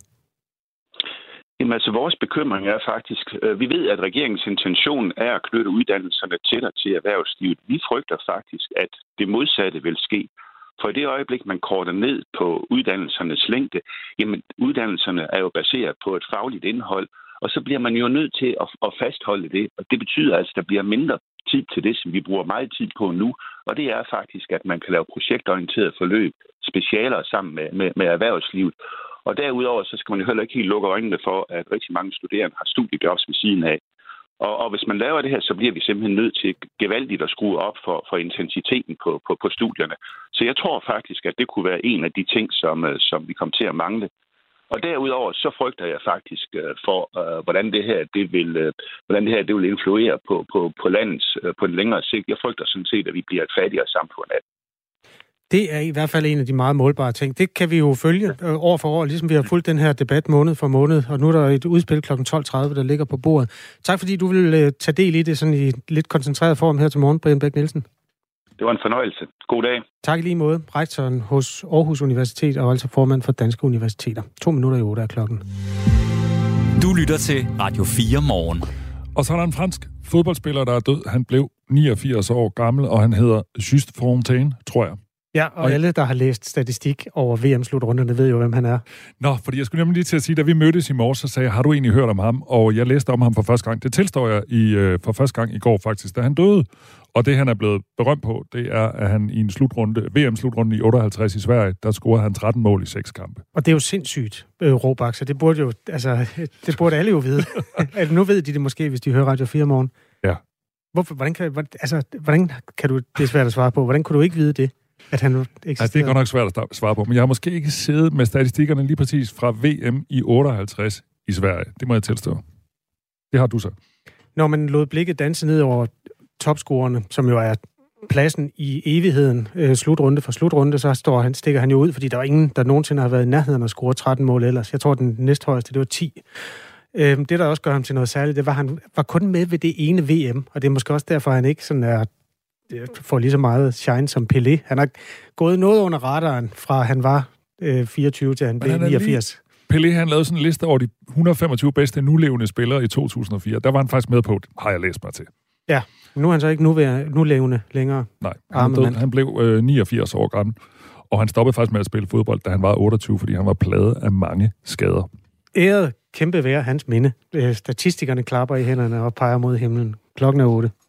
Speaker 15: Jamen altså, vores bekymring er faktisk, øh, vi ved, at regeringens intention er at knytte uddannelserne tættere til erhvervslivet. Vi frygter faktisk, at det modsatte vil ske. For i det øjeblik, man korter ned på uddannelsernes længde, jamen uddannelserne er jo baseret på et fagligt indhold, og så bliver man jo nødt til at, at fastholde det. Og det betyder altså, at der bliver mindre tid til det, som vi bruger meget tid på nu. Og det er faktisk, at man kan lave projektorienteret forløb, specialer sammen med, med, med erhvervslivet. Og derudover, så skal man jo heller ikke helt lukke øjnene for, at rigtig mange studerende har studiejobs ved siden af. Og, og hvis man laver det her, så bliver vi simpelthen nødt til gevaldigt at skrue op for, for intensiteten på, på, på studierne. Så jeg tror faktisk, at det kunne være en af de ting, som, som vi kommer til at mangle. Og derudover, så frygter jeg faktisk for, uh, hvordan det her det vil, uh, hvordan det her det vil influere på, på, på landets uh, på en længere sigt. Jeg frygter sådan set, at vi bliver et fattigere samfund af.
Speaker 2: Det er i hvert fald en af de meget målbare ting. Det kan vi jo følge øh, år for år, ligesom vi har fulgt den her debat måned for måned. Og nu er der et udspil klokken tolv tredive, der ligger på bordet. Tak fordi du vil øh, tage del i det sådan i lidt koncentreret form her til morgen, Brian Bech Nielsen.
Speaker 15: Det var en fornøjelse. God dag.
Speaker 2: Tak i lige måde. Rektoren hos Aarhus Universitet og altså formand for Danske Universiteter. To minutter i otte er klokken.
Speaker 1: Du lytter til Radio fire Morgen.
Speaker 3: Og så er der en fransk fodboldspiller, der er død. Han blev niogfirs år gammel, og han hedder Just Fontaine, tror jeg.
Speaker 2: Ja, og, og alle, der har læst statistik over V M-slutrunderne, ved jo, hvem han er.
Speaker 3: Nå, fordi jeg skulle nemlig lige til at sige, da vi mødtes i morges, så sagde jeg, har du egentlig hørt om ham? Og jeg læste om ham for første gang. Det tilstår jeg i, øh, for første gang i går faktisk, da han døde. Og det, han er blevet berømt på, det er, at han i en slutrunde, V M-slutrunde i otteoghalvtreds i Sverige, der scorede han tretten mål i seks kampe.
Speaker 2: Og det er jo sindssygt, øh, Robak, så det burde jo, altså, det burde alle jo vide. Altså, nu ved de det måske, hvis de hører Radio fire Morgen.
Speaker 3: Ja.
Speaker 2: Hvorfor, hvordan kan, altså, hvordan kan du, det er svært at svare på, hvordan kunne du ikke vide det? At han
Speaker 3: altså, det er godt nok svært at svare på, men jeg har måske ikke siddet med statistikkerne lige præcis fra V M i otteoghalvtreds i Sverige. Det må jeg tilstå. Det har du så.
Speaker 2: Når man lod blikket danse ned over topscorerne, som jo er pladsen i evigheden, øh, slutrunde for slutrunde, så står han, stikker han jo ud, fordi der var ingen, der nogensinde har været i nærheden at score tretten mål ellers. Jeg tror, den næsthøjeste, det var ti. Øh, det, der også gør ham til noget særligt, det var, at han var kun med ved det ene V M, og det er måske også derfor, han ikke sådan er, får lige så meget shine som Pelé. Han har gået noget under radaren, fra han var øh, fireogtyve til han blev niogfirs.
Speaker 3: Pelé, han lavede sådan en liste over de et hundrede og femogtyve bedste nulevende spillere i to tusind og fire. Der var han faktisk med på, har jeg læst mig til.
Speaker 2: Ja, nu er han så ikke nulevende længere.
Speaker 3: Nej, han, død, han blev øh, niogfirs år gammel, og han stoppede faktisk med at spille fodbold, da han var otteogtyve, fordi han var plaget af mange skader.
Speaker 2: Æret kæmpe være hans minde. Statistikerne klapper i hænderne og peger mod himlen. Klokken er otte.